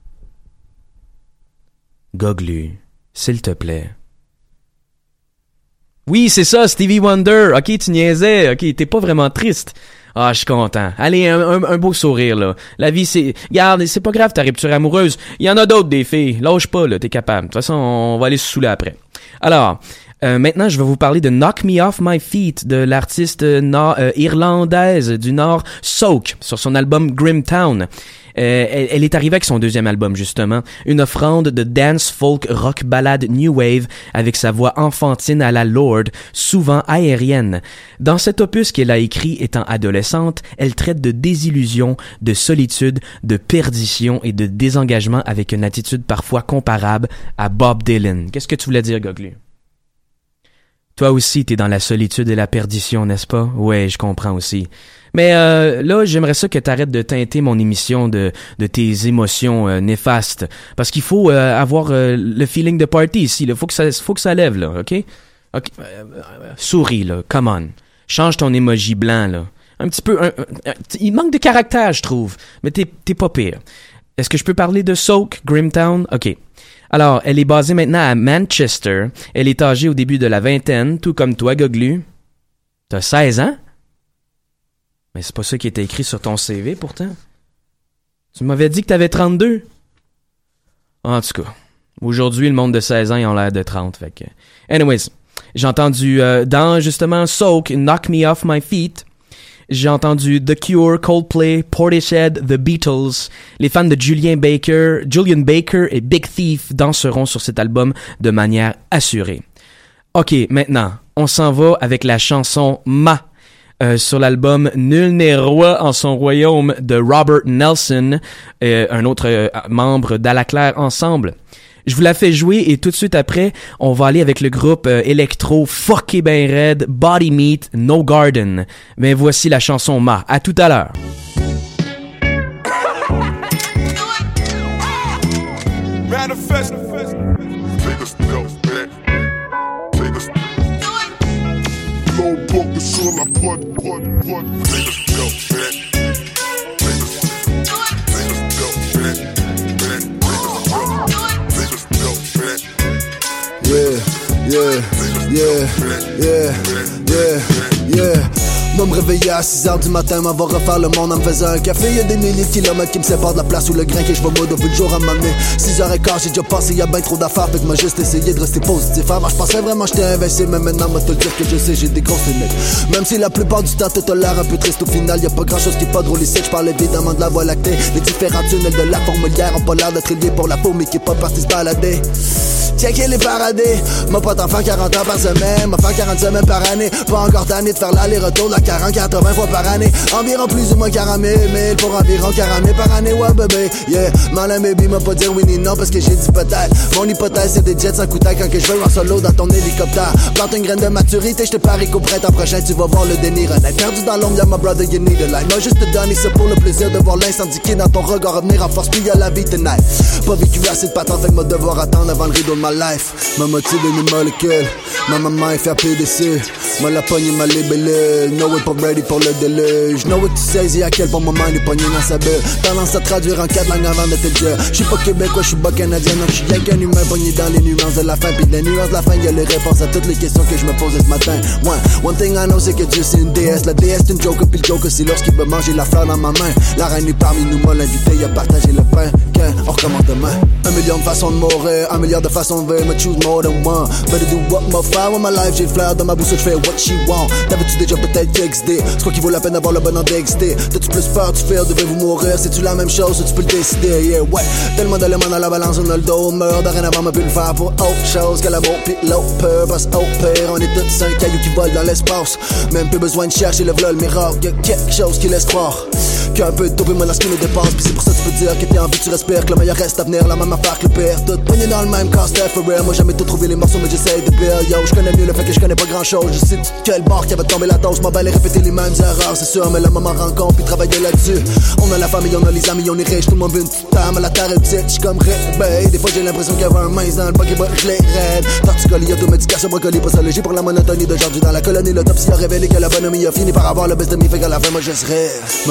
Goglu, s'il te plaît. Oui, c'est ça, Stevie Wonder. Ok, tu niaisais. Ok, t'es pas vraiment triste. Ah, je suis content. Allez, un, un, un beau sourire, là. La vie, c'est... Regarde, c'est pas grave ta rupture amoureuse. Il y en a d'autres, des filles. Lâche pas, là, t'es capable. De toute façon, on va aller se saouler après. Alors, Euh, maintenant, je vais vous parler de Knock Me Off My Feet de l'artiste nord, euh, irlandaise du Nord, Soak, sur son album Grimtown. Euh, elle, elle est arrivée avec son deuxième album, justement, une offrande de dance, folk, rock, ballade, new wave, avec sa voix enfantine à la Lorde, souvent aérienne. Dans cet opus qu'elle a écrit étant adolescente, elle traite de désillusion, de solitude, de perdition et de désengagement avec une attitude parfois comparable à Bob Dylan. Qu'est-ce que tu voulais dire, Goglu? Toi aussi, t'es dans la solitude et la perdition, n'est-ce pas? Ouais, je comprends aussi. Mais euh, là, j'aimerais ça que t'arrêtes de teinter mon émission de, de tes émotions euh, néfastes. Parce qu'il faut euh, avoir euh, le feeling de party ici. Il faut que ça, faut que ça lève, là, OK? okay. Euh, euh, souris, là, come on. Change ton emoji blanc, là. Un petit peu... Un, un, un, il manque de caractère, je trouve. Mais t'es, t'es pas pire. Est-ce que je peux parler de Soak, Grimtown? OK. Alors, elle est basée maintenant à Manchester. Elle est âgée au début de la vingtaine, tout comme toi, Goglu. T'as seize ans? Mais c'est pas ça qui était écrit sur ton C V, pourtant. Tu m'avais dit que t'avais trente-deux. En tout cas, aujourd'hui, le monde de seize ans, ils ont l'air de trente, fait que... Anyways, j'ai entendu, euh, dans, justement, Soak, Knock Me Off My Feet, j'ai entendu The Cure, Coldplay, Portishead, The Beatles. Les fans de Julian Baker, Julian Baker et Big Thief danseront sur cet album de manière assurée. OK, maintenant, on s'en va avec la chanson Ma. Euh, sur l'album Nul n'est roi en son royaume de Robert Nelson, euh, un autre euh, membre d'À Claire Ensemble. Je vous la fais jouer et tout de suite après, on va aller avec le groupe euh, électro fucké ben raide Body Meat No Garden. Mais voici la chanson Ma. À tout à l'heure. Manifest. Sur la pointe, pointe, pointe. Yeah, yeah, yeah, yeah, yeah, yeah. Moi me réveiller à six heures du matin, m'en va refaire le monde en me faisant un café. Y'a des milliers de kilomètres qui me séparent de la place où le grain que je vais mode vu le jour à m'amener. six heures quinze, j'ai déjà passé, y'a ben trop d'affaires. Fait que moi juste essayé de rester positif. Avant je pensais vraiment j'étais invincible, mais maintenant moi te le dire que je sais j'ai des grosses limites. Même si la plupart du temps t'as l'air un peu triste, au final y'a pas grand chose qui est pas drôle ici. J'parle évidemment de la voie lactée. Les différents tunnels de la fourmilière ont pas l'air d'être liés pour la peau, mais qui est pas parti se balader. Tiens qu'elle est paradée, m'a pas d'enfant quarante ans par semaine, m'a fait quarante semaines par année. Pas encore tanné de faire l'aller-retour de la quarante quatre-vingts fois par année. Environ plus ou moins quarante mille pour environ quarante mille par année, ouais bébé. Yeah, malin baby m'a pas dire oui ni non parce que j'ai dit peut-être. Mon hypothèse c'est des jets sans couteau quand que je veux en solo dans ton hélicoptère. Plante une graine de maturité, je te parie qu'au printemps prochain tu vas voir le déni renaître. Perdu dans l'ombre y'a ma brother you need a light. Moi juste te donner ça pour le plaisir de voir l'incendie qui est dans ton regard revenir en force puis y'a la vie tonight. Pas vécu assez de patente, fait que moi devoir attendre avant le rideau de ma life. Ma motive une molécule, ma maman est fait P D C. Moi la pogne ma libellule, no way pas ready pour le déluge. No way que tu saisis à quel point ma mind est pognée dans sa bulle. Tendance à traduire en quatre langues avant de te le dire. J'suis pas québécois, j'suis pas canadien, donc j'suis rien qu'un humain pogné dans les nuances de la fin. Pis des nuances de la fin, y'a les réponses à toutes les questions que je me posais ce matin. Ouais, one thing I know c'est que Dieu c'est une déesse. La déesse c'est une joker, pis le joker c'est lorsqu'il veut manger la fleur dans ma main. La reine est parmi nous, moi l'invité, a partagé le pain. Qu'un, on recommence demain. Un million de façons de mourir, un milliard de façons de vivre, mais choose more than one. Better do what my fire with my life, j'ai le flair dans ma bouche, je fais what she want. T'avais-tu déjà peut-être X D? C'est quoi qui vaut la peine d'avoir le bon en D X D? T'as-tu plus peur, tu fais, devez-vous mourir? C'est-tu la même chose ou tu peux le décider? Yeah, ouais. Tellement d'éléments dans la balance, on a le dos, meurt. Dorénavant, m'a pu le faire pour autre chose que l'amour pis l'autre peur. Parce au pire, on est tous cinq cailloux qui volent dans l'espace. Même plus besoin de chercher le v'là le miracle. Y'a quelque chose qui laisse croire qu'un peu de dope et moi dans ce qui nous dépasse. Pis c'est pour ça que tu peux dire que t'es en vie, tu respires, que le meilleur reste à venir, la même affaire que le pire. Tout poigné dans le même cast, for real. Moi jamais tout trouvé les morceaux, mais j'essaye de build. Yo, j'connais mieux le fait que j'connais pas grand chose. Je sais quel bord qui avait tombé la dose. M'en aller répéter les mêmes erreurs, c'est sûr, mais le moment rencontre puis travailler là-dessus. On a la famille, on a les amis, on est riche. Tout le monde veut une petite âme, la terre est petite. J'suis comme réveil. Des fois j'ai l'impression qu'il y avait un mince dans le bac et bah j'les raide. Torticolis, automédication, brocoli, postologie pour la monotonie d'aujourd'hui dans la colonie. L'autopsie a révélé que la bonhomie a fini par avoir le best de mi. Fait qu'à la fin, moi je serais ma motive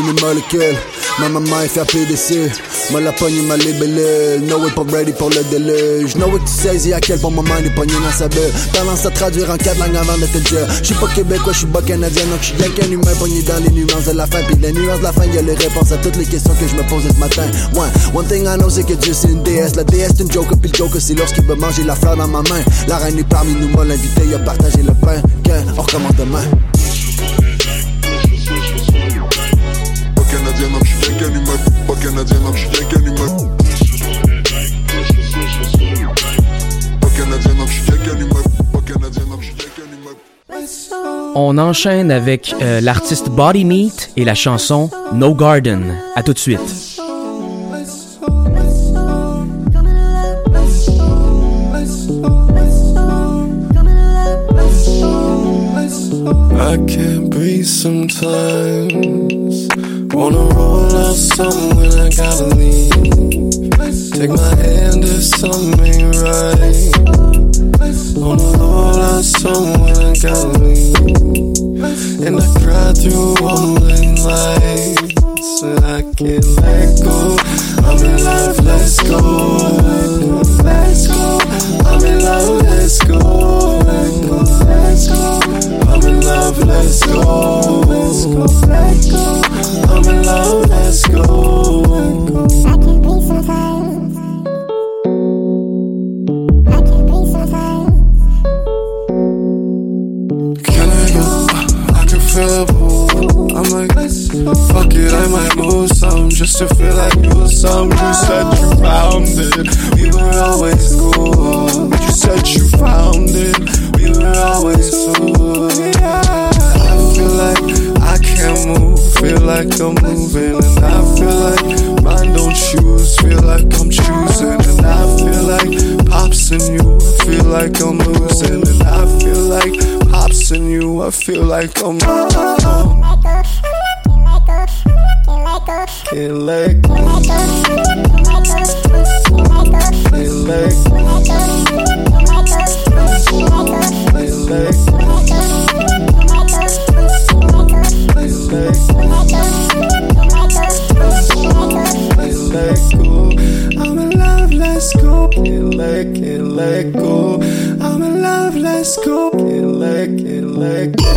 une molécule. Ma maman est faire P D C. M'a la pogne m'a libellé. No way pas ready pour le déluge. No way que tu saisis à quel point maman est pogné dans sa bulle. Tendance à traduire en quatre langues avant de te le dire. J'suis pas québécois, j'suis pas canadien. Donc j'suis rien qu'un humain pogné dans les nuances de la fin. Pis les nuances de la fin, y'a les réponses à toutes les questions que je me posais ce matin. Ouais, one thing I know c'est que Dieu c'est une déesse. La déesse c'est une joker, pis le joker c'est lorsqu'il veut manger la fleur dans ma main. La reine est parmi nous, m'a l'invité, il a partagé le pain. Qu'un, on recommence demain. Pas canadien, donc j'suis rien qu'un humain. Pas canadien, donc j'suis rien qu'un humain. Pas canadien, donc j'suis rien qu'un humain. Pas canadien, donc j'suis rien qu'un humain. On enchaîne avec euh, l'artiste Body Meat et la chanson No Garden. À tout de suite. I can't breathe sometimes. Wanna roll out something when I gotta leave. Take my hand if something ain't right. Wanna roll out something when I gotta leave. And I cry through all the lights. And I can't let go. I'm in love, let's go. Let's go. I'm in love, let's go. Let's go. I'm in love, let's go. Let's go. Let's go. I'm in love, let's go. I can't breathe sometimes. I can't breathe sometimes. Can I go? I can feel a pull. I'm like, fuck it, I might move some just to feel like you some. You said you found it. We were always cool. You said you found it. We were always cool. I feel like I can't move. Feel like I'm moving, and I feel like mine don't choose. Feel like I'm choosing, and I feel like pops in you. I feel like I'm losing, and I feel like pops in you. I feel like I'm. Can't let go. Can't let go. Can't let go. I'm in love, let's go. Can't let, can't let go. I'm in love, let's go. Can't let, can't let go.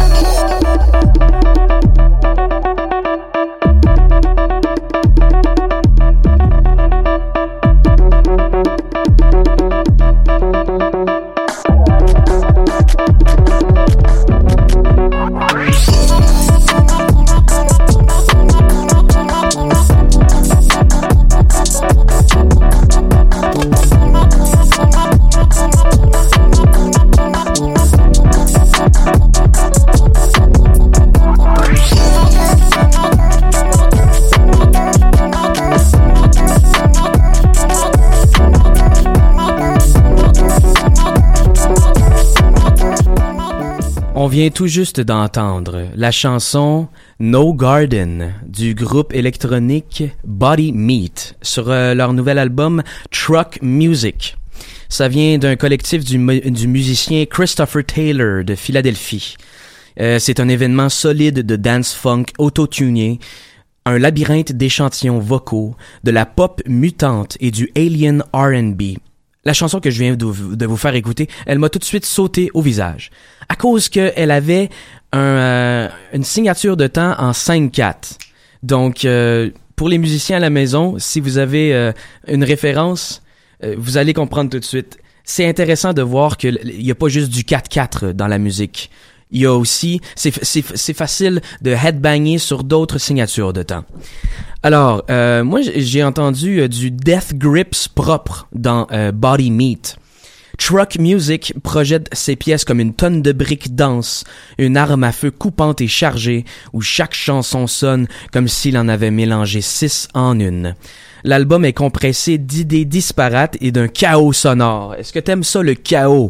On vient tout juste d'entendre la chanson No Garden du groupe électronique Body Meat sur euh, leur nouvel album Truck Music. Ça vient d'un collectif du, du musicien Christopher Taylor de Philadelphie. Euh, c'est un événement solide de dance funk auto-tuné, un labyrinthe d'échantillons vocaux, de la pop mutante et du alien R and B. La chanson que je viens de, de vous faire écouter, elle m'a tout de suite sauté au visage. À cause qu'elle avait un, euh, une signature de temps en cinq quatre. Donc, euh, pour les musiciens à la maison, si vous avez euh, une référence, euh, vous allez comprendre tout de suite. C'est intéressant de voir qu'il n'y a pas juste du quatre quatre dans la musique. Il y a aussi, c'est, c'est, c'est facile de headbanger sur d'autres signatures de temps. Alors, euh, moi, j'ai entendu euh, du Death Grips propre dans euh, Body Meat. Truck Music projette ses pièces comme une tonne de briques denses, une arme à feu coupante et chargée, où chaque chanson sonne comme s'il en avait mélangé six en une. L'album est compressé d'idées disparates et d'un chaos sonore. Est-ce que t'aimes ça, le chaos?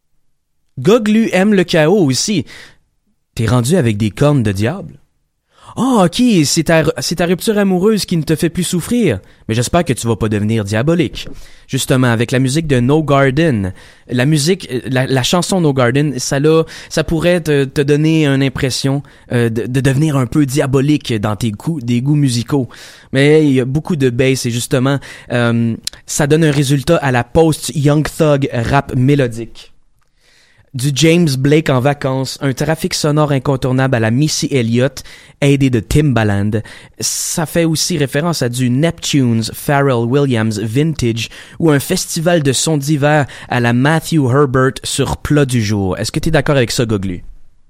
Goglu aime le chaos aussi. T'es rendu avec des cornes de diable? Oh, ok, c'est ta, c'est ta rupture amoureuse qui ne te fait plus souffrir. Mais j'espère que tu vas pas devenir diabolique. Justement, avec la musique de No Garden, la musique, la, la chanson No Garden, ça là, ça pourrait te, te donner une impression euh, de, de devenir un peu diabolique dans tes goûts, des goûts musicaux. Mais il y a beaucoup de bass et justement, euh, ça donne un résultat à la post-Young Thug rap mélodique. Du James Blake en vacances, un trafic sonore incontournable à la Missy Elliott, aidé de Timbaland. Ça fait aussi référence à du Neptunes, Pharrell Williams Vintage ou un festival de sons d'hiver à la Matthew Herbert sur Plat du jour. Est-ce que tu es d'accord avec ça, Goglu?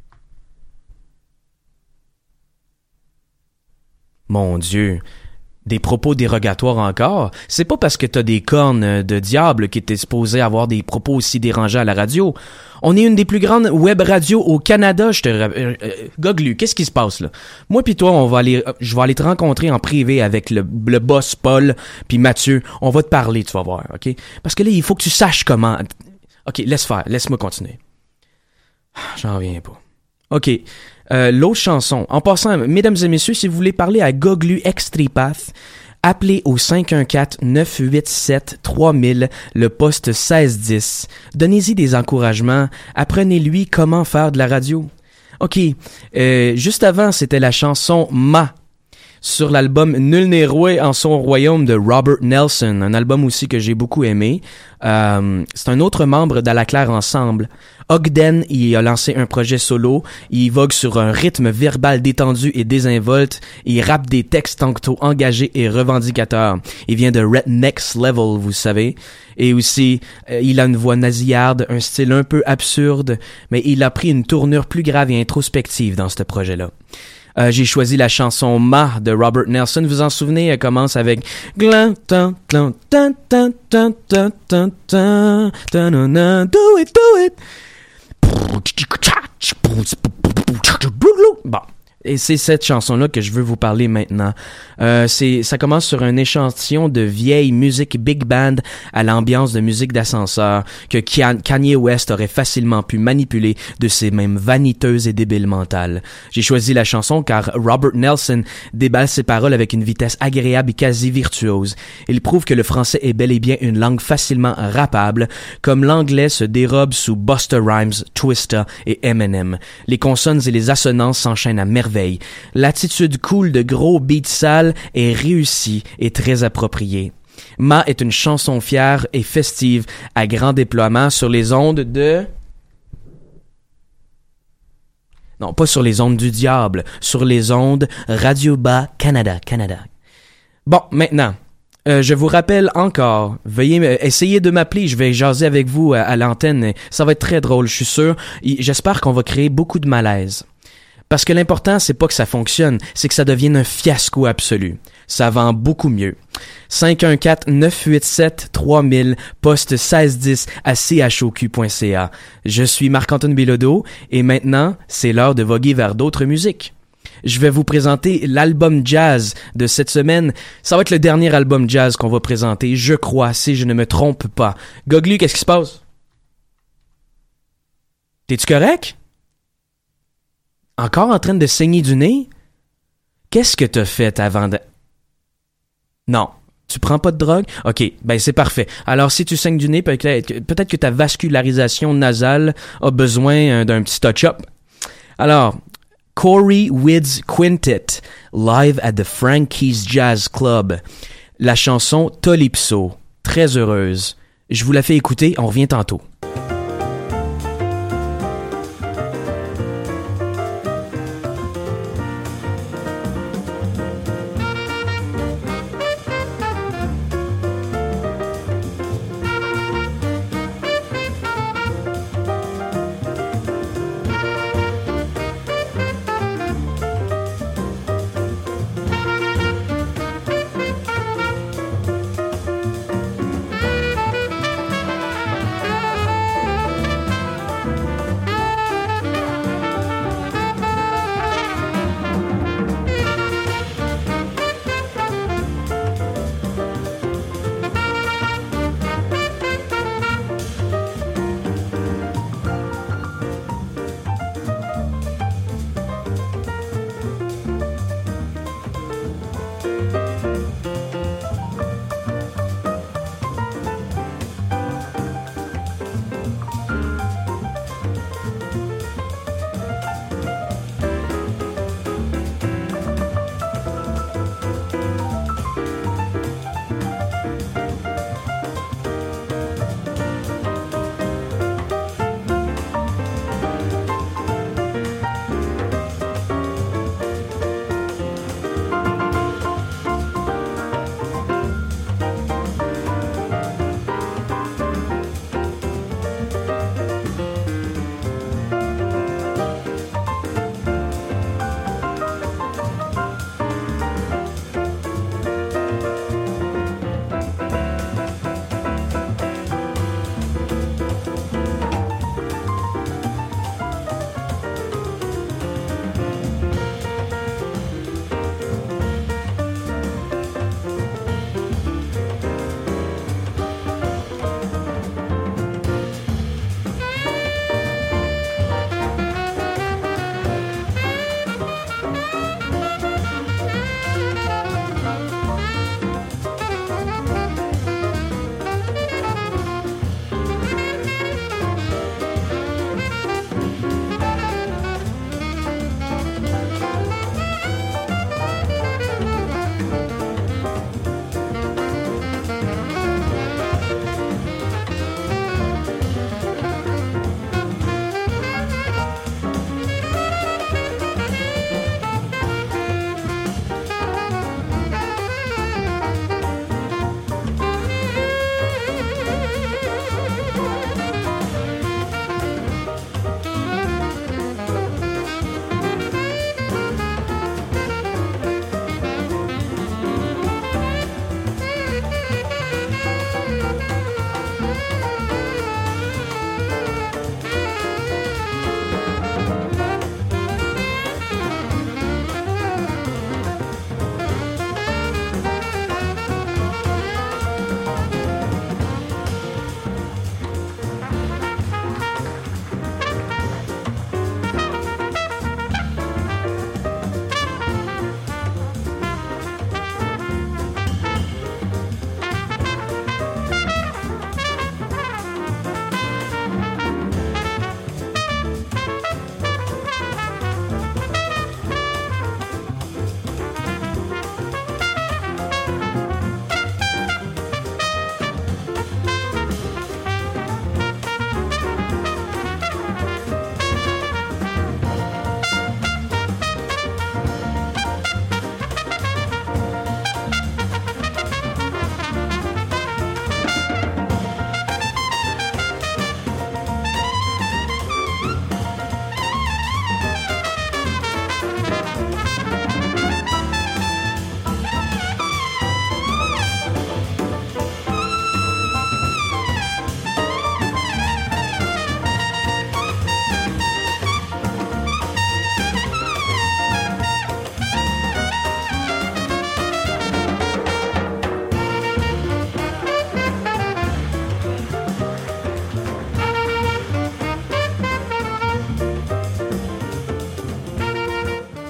Mon Dieu, des propos dérogatoires encore. C'est pas parce que t'as des cornes de diable que t'es supposé avoir des propos aussi dérangeants à la radio. On est une des plus grandes web radios au Canada, je te euh, euh, Goglu, qu'est-ce qui se passe là? Moi pis toi, on va aller, euh, je vais aller te rencontrer en privé avec le, le boss Paul puis Mathieu. On va te parler, tu vas voir, ok? Parce que là, il faut que tu saches comment. Ok, laisse faire, laisse-moi continuer. J'en reviens pas. Ok. Euh, l'autre chanson. En passant, mesdames et messieurs, si vous voulez parler à Goglu Extripath, appelez au cinq un quatre neuf huit sept trois mille, le poste seize dix. Donnez-y des encouragements. Apprenez-lui comment faire de la radio. Ok. Euh, juste avant, c'était la chanson Ma sur l'album Nul n'est roi en son royaume de Robert Nelson, un album aussi que j'ai beaucoup aimé. Euh, c'est un autre membre d'À la Claire Ensemble. Ogden, il a lancé un projet solo. Il vogue sur un rythme verbal détendu et désinvolte. Il rappe des textes tantôt engagés et revendicateurs. Il vient de Red Next Level, vous savez. Et aussi, euh, il a une voix nasillarde, un style un peu absurde, mais il a pris une tournure plus grave et introspective dans ce projet-là. Euh, j'ai choisi la chanson Ma de Robert Nelson. Vous vous en souvenez, elle commence avec Glan tan tan tan tan tan tan tan tan tan do it do it. Bon. Et c'est cette chanson-là que je veux vous parler maintenant. Euh, c'est, ça commence sur un échantillon de vieille musique big band à l'ambiance de musique d'ascenseur que Kanye West aurait facilement pu manipuler de ses mêmes vaniteuses et débiles mentales. J'ai choisi la chanson car Robert Nelson déballe ses paroles avec une vitesse agréable et quasi virtuose. Il prouve que le français est bel et bien une langue facilement rappable, comme l'anglais se dérobe sous Busta Rhymes, Twista et Eminem. Les consonnes et les assonances s'enchaînent à merveille. L'attitude cool de gros beats sales est réussie et très appropriée. Ma est une chanson fière et festive à grand déploiement sur les ondes de... Non, pas sur les ondes du diable, sur les ondes Radio-Bas Canada, Canada. Bon, maintenant, euh, je vous rappelle encore, veuillez essayer de m'appeler, je vais jaser avec vous à, à l'antenne, ça va être très drôle, je suis sûr. J'espère qu'on va créer beaucoup de malaise. Parce que l'important, c'est pas que ça fonctionne, c'est que ça devienne un fiasco absolu. Ça vend beaucoup mieux. cinq un quatre neuf huit sept trois mille, poste seize dix à c h o q point c a. Je suis Marc-Antoine Bilodeau et maintenant, c'est l'heure de voguer vers d'autres musiques. Je vais vous présenter l'album jazz de cette semaine. Ça va être le dernier album jazz qu'on va présenter, je crois, si je ne me trompe pas. Goglu, qu'est-ce qui se passe? T'es-tu correct? Encore en train de saigner du nez? Qu'est-ce que t'as fait avant de... Non. Tu prends pas de drogue? Ok, ben c'est parfait. Alors si tu saignes du nez, peut-être, peut-être que ta vascularisation nasale a besoin d'un petit touch-up. Alors, Corey Wids Quintet, live at the Frankie's Jazz Club. La chanson Tolypso, très heureuse. Je vous la fais écouter, on revient tantôt.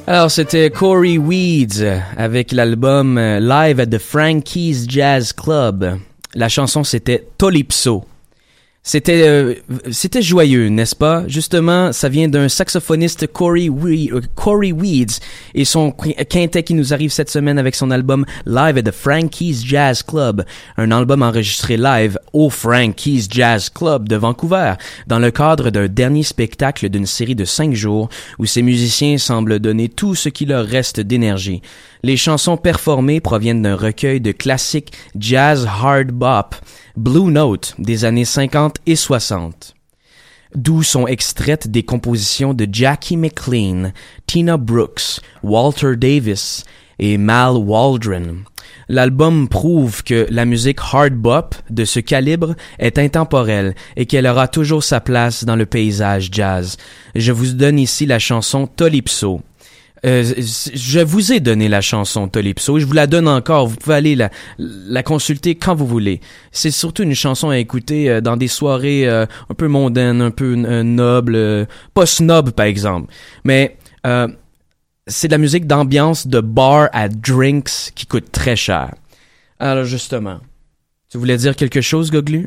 Alors, c'était Corey Weeds avec l'album Live at the Frankie's Jazz Club. La chanson, c'était Tolypso. C'était euh, c'était joyeux, n'est-ce pas? Justement, ça vient d'un saxophoniste Corey, We- euh, Corey Weeds et son quintet qui nous arrive cette semaine avec son album Live at the Frankie's Jazz Club, un album enregistré live au Frankie's Jazz Club de Vancouver, dans le cadre d'un dernier spectacle d'une série de cinq jours où ces musiciens semblent donner tout ce qui leur reste d'énergie. Les chansons performées proviennent d'un recueil de classiques jazz hard bop, Blue Note, des années cinquante et soixante. D'où sont extraites des compositions de Jackie McLean, Tina Brooks, Walter Davis et Mal Waldron. L'album prouve que la musique hard bop de ce calibre est intemporelle et qu'elle aura toujours sa place dans le paysage jazz. Je vous donne ici la chanson Tolypso. Euh, je vous ai donné la chanson Tolypso, je vous la donne encore, vous pouvez aller la, la consulter quand vous voulez. C'est surtout une chanson à écouter euh, dans des soirées euh, un peu mondaines, un peu euh, nobles, euh, pas snob par exemple, mais euh, c'est de la musique d'ambiance de bar à drinks qui coûte très cher. Alors justement, tu voulais dire quelque chose, Goglu?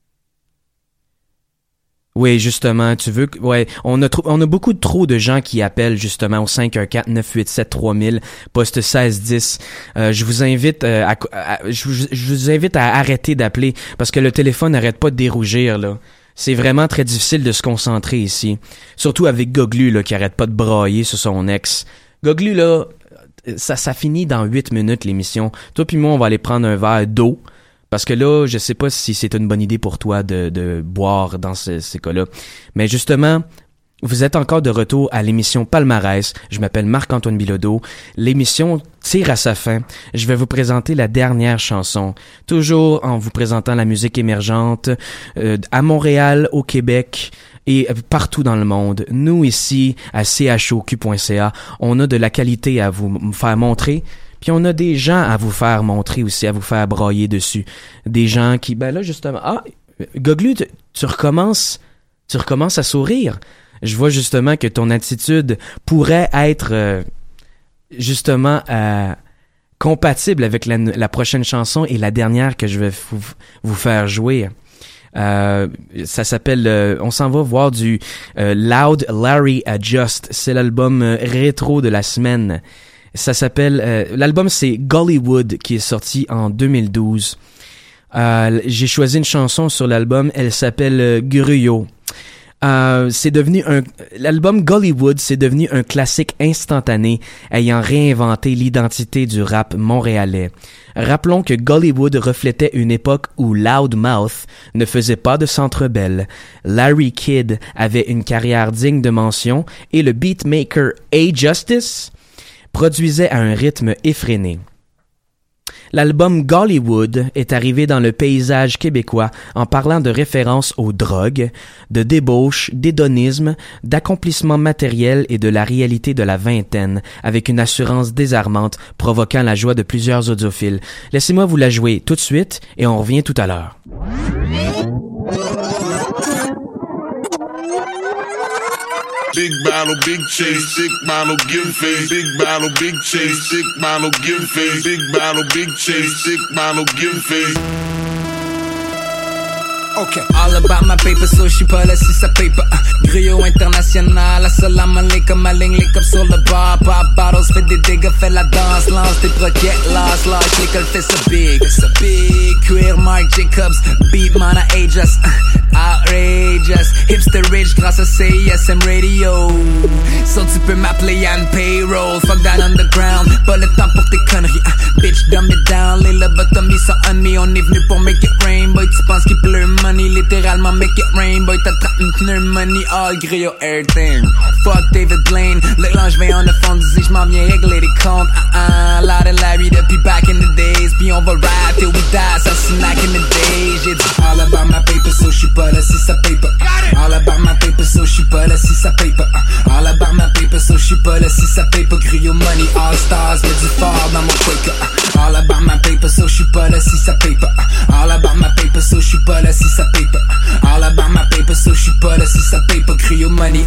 Oui, justement, tu veux que, ouais, on a trop, on a beaucoup de trop de gens qui appellent justement au cinq un quatre neuf huit sept trois mille, poste seize dix. Euh, je vous invite euh, à, à je, vous, je vous invite à arrêter d'appeler parce que le téléphone n'arrête pas de dérougir là. C'est vraiment très difficile de se concentrer ici, surtout avec Goglu là qui arrête pas de brailler sur son ex. Goglu là, ça ça finit dans huit minutes l'émission. Toi puis moi on va aller prendre un verre d'eau. Parce que là, je sais pas si c'est une bonne idée pour toi de, de boire dans ce, ces cas-là. Mais justement, vous êtes encore de retour à l'émission Palmarès. Je m'appelle Marc-Antoine Bilodeau. L'émission tire à sa fin. Je vais vous présenter la dernière chanson. Toujours en vous présentant la musique émergente euh, à Montréal, au Québec et partout dans le monde. Nous, ici, à c h o q point c a, on a de la qualité à vous faire montrer. Puis on a des gens à vous faire montrer aussi, à vous faire brailler dessus. Des gens qui, ben là justement, ah, Goglu, tu, tu recommences, tu recommences à sourire. Je vois justement que ton attitude pourrait être euh, justement euh, compatible avec la, la prochaine chanson et la dernière que je vais vous, vous faire jouer. Euh, ça s'appelle, euh, on s'en va voir du euh, Loud Larry Adjust. C'est l'album euh, rétro de la semaine. Ça s'appelle, euh, l'album c'est Gollywood qui est sorti en deux mille douze. Euh, j'ai choisi une chanson sur l'album, elle s'appelle euh, Gruyot. Euh, c'est devenu un, l'album Gollywood c'est devenu un classique instantané ayant réinventé l'identité du rap montréalais. Rappelons que Gollywood reflétait une époque où Loudmouth ne faisait pas de Centre Bell. Larry Kidd avait une carrière digne de mention et le beatmaker A-Justice produisait à un rythme effréné. L'album Gollywood est arrivé dans le paysage québécois en parlant de références aux drogues, de débauche, d'hédonisme, d'accomplissement matériel et de la réalité de la vingtaine, avec une assurance désarmante provoquant la joie de plusieurs audiophiles. Laissez-moi vous la jouer tout de suite et on revient tout à l'heure. Big battle, big chase, sick model, give face. Big battle, big chase, sick model, give face. Big battle, big chase, sick model, give face. Okay. All about my paper, so je suis pas là si ça paye pas. Griot international, assalamu alaikum, ma ligne, lick up sur le bar. Pop bottles, fait des dégâts, fait la danse. Lance tes croquettes, lâche, lâche, l'école fait ça big. Fait ça big, queer, Mark Jacobs, beat, man, I ages. Outrageous, hipster rich grâce à C I S M Radio. So tu peux m'appeler Yann Payroll. Fuck that underground, pas le temps pour tes conneries. uh, Bitch, dumb it down, les lobotomies sont on me. On est venu pour make it rain, boy, tu penses qu'il pleut money. Littéralement make it rain, boy, t'attrapes une pneumonie. All griot everything. Fuck David Blaine, le linge vient en fond, dis j'm'en viens régler les comptes. uh uh, Loud and Larry depuis back in the days. Puis on va rap till we die, ça snack in the days. J'ai dit all about my paper, so j'suis pas là si ça paye pas. All about my paper, so j'suis pas là si ça paye pas. All about my paper, so j'suis pas là si ça paye pas. Griot money, all stars, y'a du fort dans mon quaker. All about my paper, so j'suis pas là si ça paye pas. All about my paper, so j'suis pas là si ça paye pas. All about my paper, so j'suis pas là si ça paye pas. Griot money, all stars.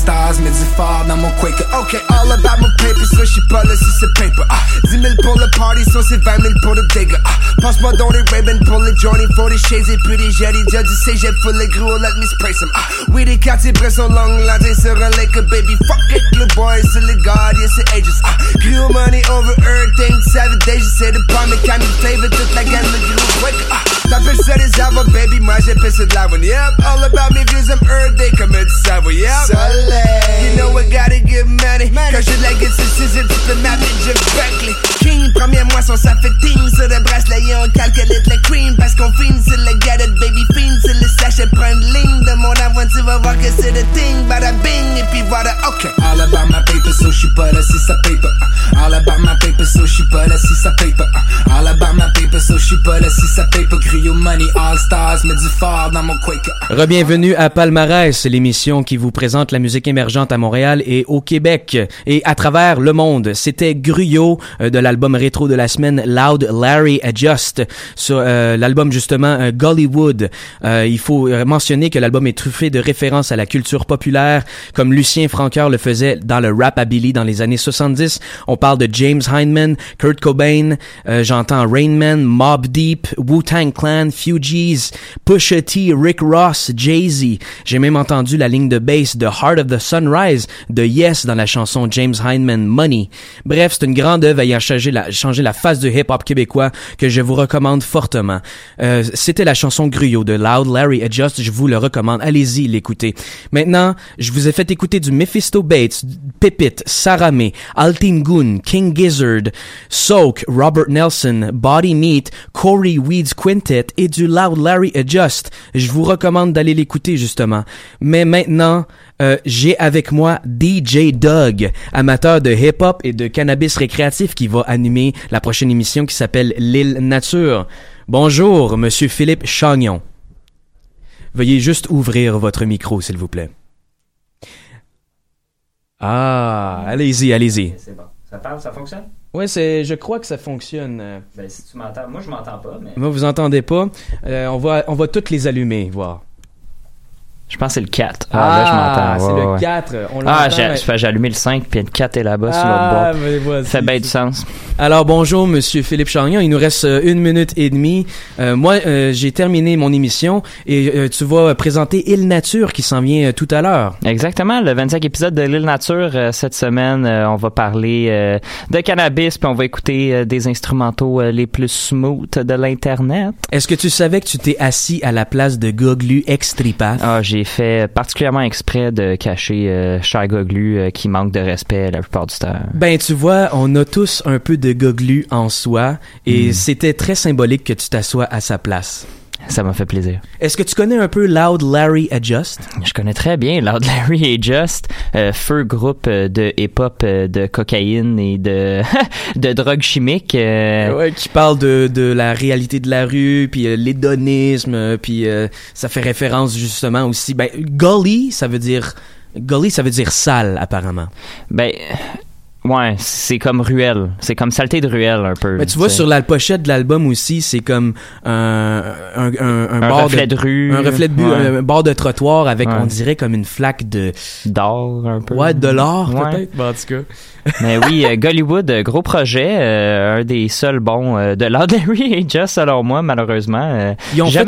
All-Stars, mets du fort dans mon Quaker. Ok, all about my paper, so j'suis pas là si c'est paper. Ah, dix mille pour le party, so c'est vingt mille pour le dégât. Ah, passe-moi dans les Ray-Ban pour les Johnny, pour les shades et puis les jetty. Déjà du cégep pour les gros, let me spray some. Ah, oui, des quartiers près sont longs, latin sur un lake, baby. Fuck it, le boy, c'est le god, yeah, c'est ages. Ah, gros money over everything, savage days, j'essaie de pas mes candy flavor, toute la gamme de gros quick. Ah, t'appelles ça des avots, baby, moi j'appelle ça de la one, yep. All about me views, I'm every day, comme du savoir, yep. Soleil, you know I gotta get money. Quand j'ai de la gueule, c'est scissor, tu peux m'appeler Jeff Buckley. King, premier moisson, ça fait ting. Sur le bracelet, on calcule le cream. Parce qu'on filme, c'est le gadget, baby fiend. C'est le sachet, prends une ligne de mon avant, tu vas voir que c'est le thing. Bada bing, et puis voilà, ok. All about my paper, so j'suis pas là si ça paper. All about my paper, so j'suis pas là si ça paper. All about my paper, so j'suis pas là si ça paper. Griot money, all stars, mets du fort dans mon Quaker. Rebienvenue à Palmarès, l'émission qui vous présente la musique émergente à Montréal et au Québec et à travers le monde. C'était Gruyot euh, de l'album rétro de la semaine Loud Larry Adjust sur euh, l'album justement euh, Gollywood. Euh, il faut mentionner que l'album est truffé de références à la culture populaire comme Lucien Francoeur le faisait dans le rap-a-billy dans les années soixante-dix. On parle de James Hyndman, Kurt Cobain, euh, j'entends Rain Man, Mobb Deep, Wu-Tang Clan, Fugees, Pusha T, Rick Ross, Jay-Z. J'ai même entendu la ligne de bass de Heart of the Sunrise de Yes dans la chanson James Hyndman Money. Bref, c'est une grande œuvre ayant changé la, changé la face du hip-hop québécois que je vous recommande fortement. Euh, c'était la chanson Gruyot de Loud Larry Adjust, je vous le recommande, allez-y l'écouter. Maintenant, je vous ai fait écouter du Mephisto Bates, Pipit, Saramé, Altin Gun, King Gizzard, Soak, Robert Nelson, Body Meat, Corey Weeds Quintet et du Loud Larry Adjust. Je vous recommande d'aller l'écouter justement. Mais maintenant, euh, j'ai avec moi D J Doug, amateur de hip-hop et de cannabis récréatif qui va animer la prochaine émission qui s'appelle L'Île Nature. Bonjour, Monsieur Philippe Chagnon. Veuillez juste ouvrir votre micro, s'il vous plaît. Ah, allez-y, allez-y. C'est bon. Ça parle, ça fonctionne? Ouais, c'est, je crois que ça fonctionne. Ben, si tu m'entends, moi je m'entends pas, mais... Moi, vous entendez pas. Euh, on va, on va toutes les allumer, voir. Je pense que c'est le quatre. Ah, ah là, je m'entends. c'est ouais, le ouais. quatre. On ah, l'entend, j'ai, mais... j'ai allumé le cinq, puis le quatre est là-bas ah, sur l'autre boîte. Mais voici, ça fait bien du sens. Alors, bonjour, Monsieur Philippe Chagnon. Il nous reste euh, une minute et demie. Euh, moi, euh, j'ai terminé mon émission et euh, tu vas présenter Île Nature qui s'en vient euh, tout à l'heure. Exactement. Le vingt-cinq épisode de L'Île Nature. Euh, cette semaine, euh, on va parler euh, de cannabis, puis on va écouter euh, des instrumentaux euh, les plus smooth de l'Internet. Est-ce que tu savais que tu t'es assis à la place de Goglu Extripat? Ah, j'ai fait particulièrement exprès de cacher euh, cher Goglu euh, qui manque de respect la plupart du temps. Ben, tu vois, on a tous un peu de Goglu en soi et mm. c'était très symbolique que tu t'assoies à sa place. Ça m'a fait plaisir. Est-ce que tu connais un peu Loud Larry Adjust? Je connais très bien Loud Larry Adjust, euh, feu groupe de hip-hop, euh, de cocaïne et de de drogue chimique. Euh... Ouais, qui parle de de la réalité de la rue, puis euh, l'hédonisme, euh, puis euh, ça fait référence justement aussi. Ben, gully, ça veut dire gully, ça veut dire sale apparemment. Ben. Ouais, c'est comme ruelle. C'est comme saleté de ruelle, un peu. Mais tu vois, sur la pochette de l'album aussi, c'est comme un, un, un, un, un bord reflet de, de rue. Un reflet de rue, ouais. un bord de trottoir avec, ouais. on dirait, comme une flaque de... d'or, un peu. Ouais, de l'or, ouais. peut-être. Bon, en tout cas. Mais oui, euh, Gollywood, gros projet. Euh, un des seuls bons euh, de Loud Larry Adjust, selon moi, malheureusement. Euh, Ils ont fait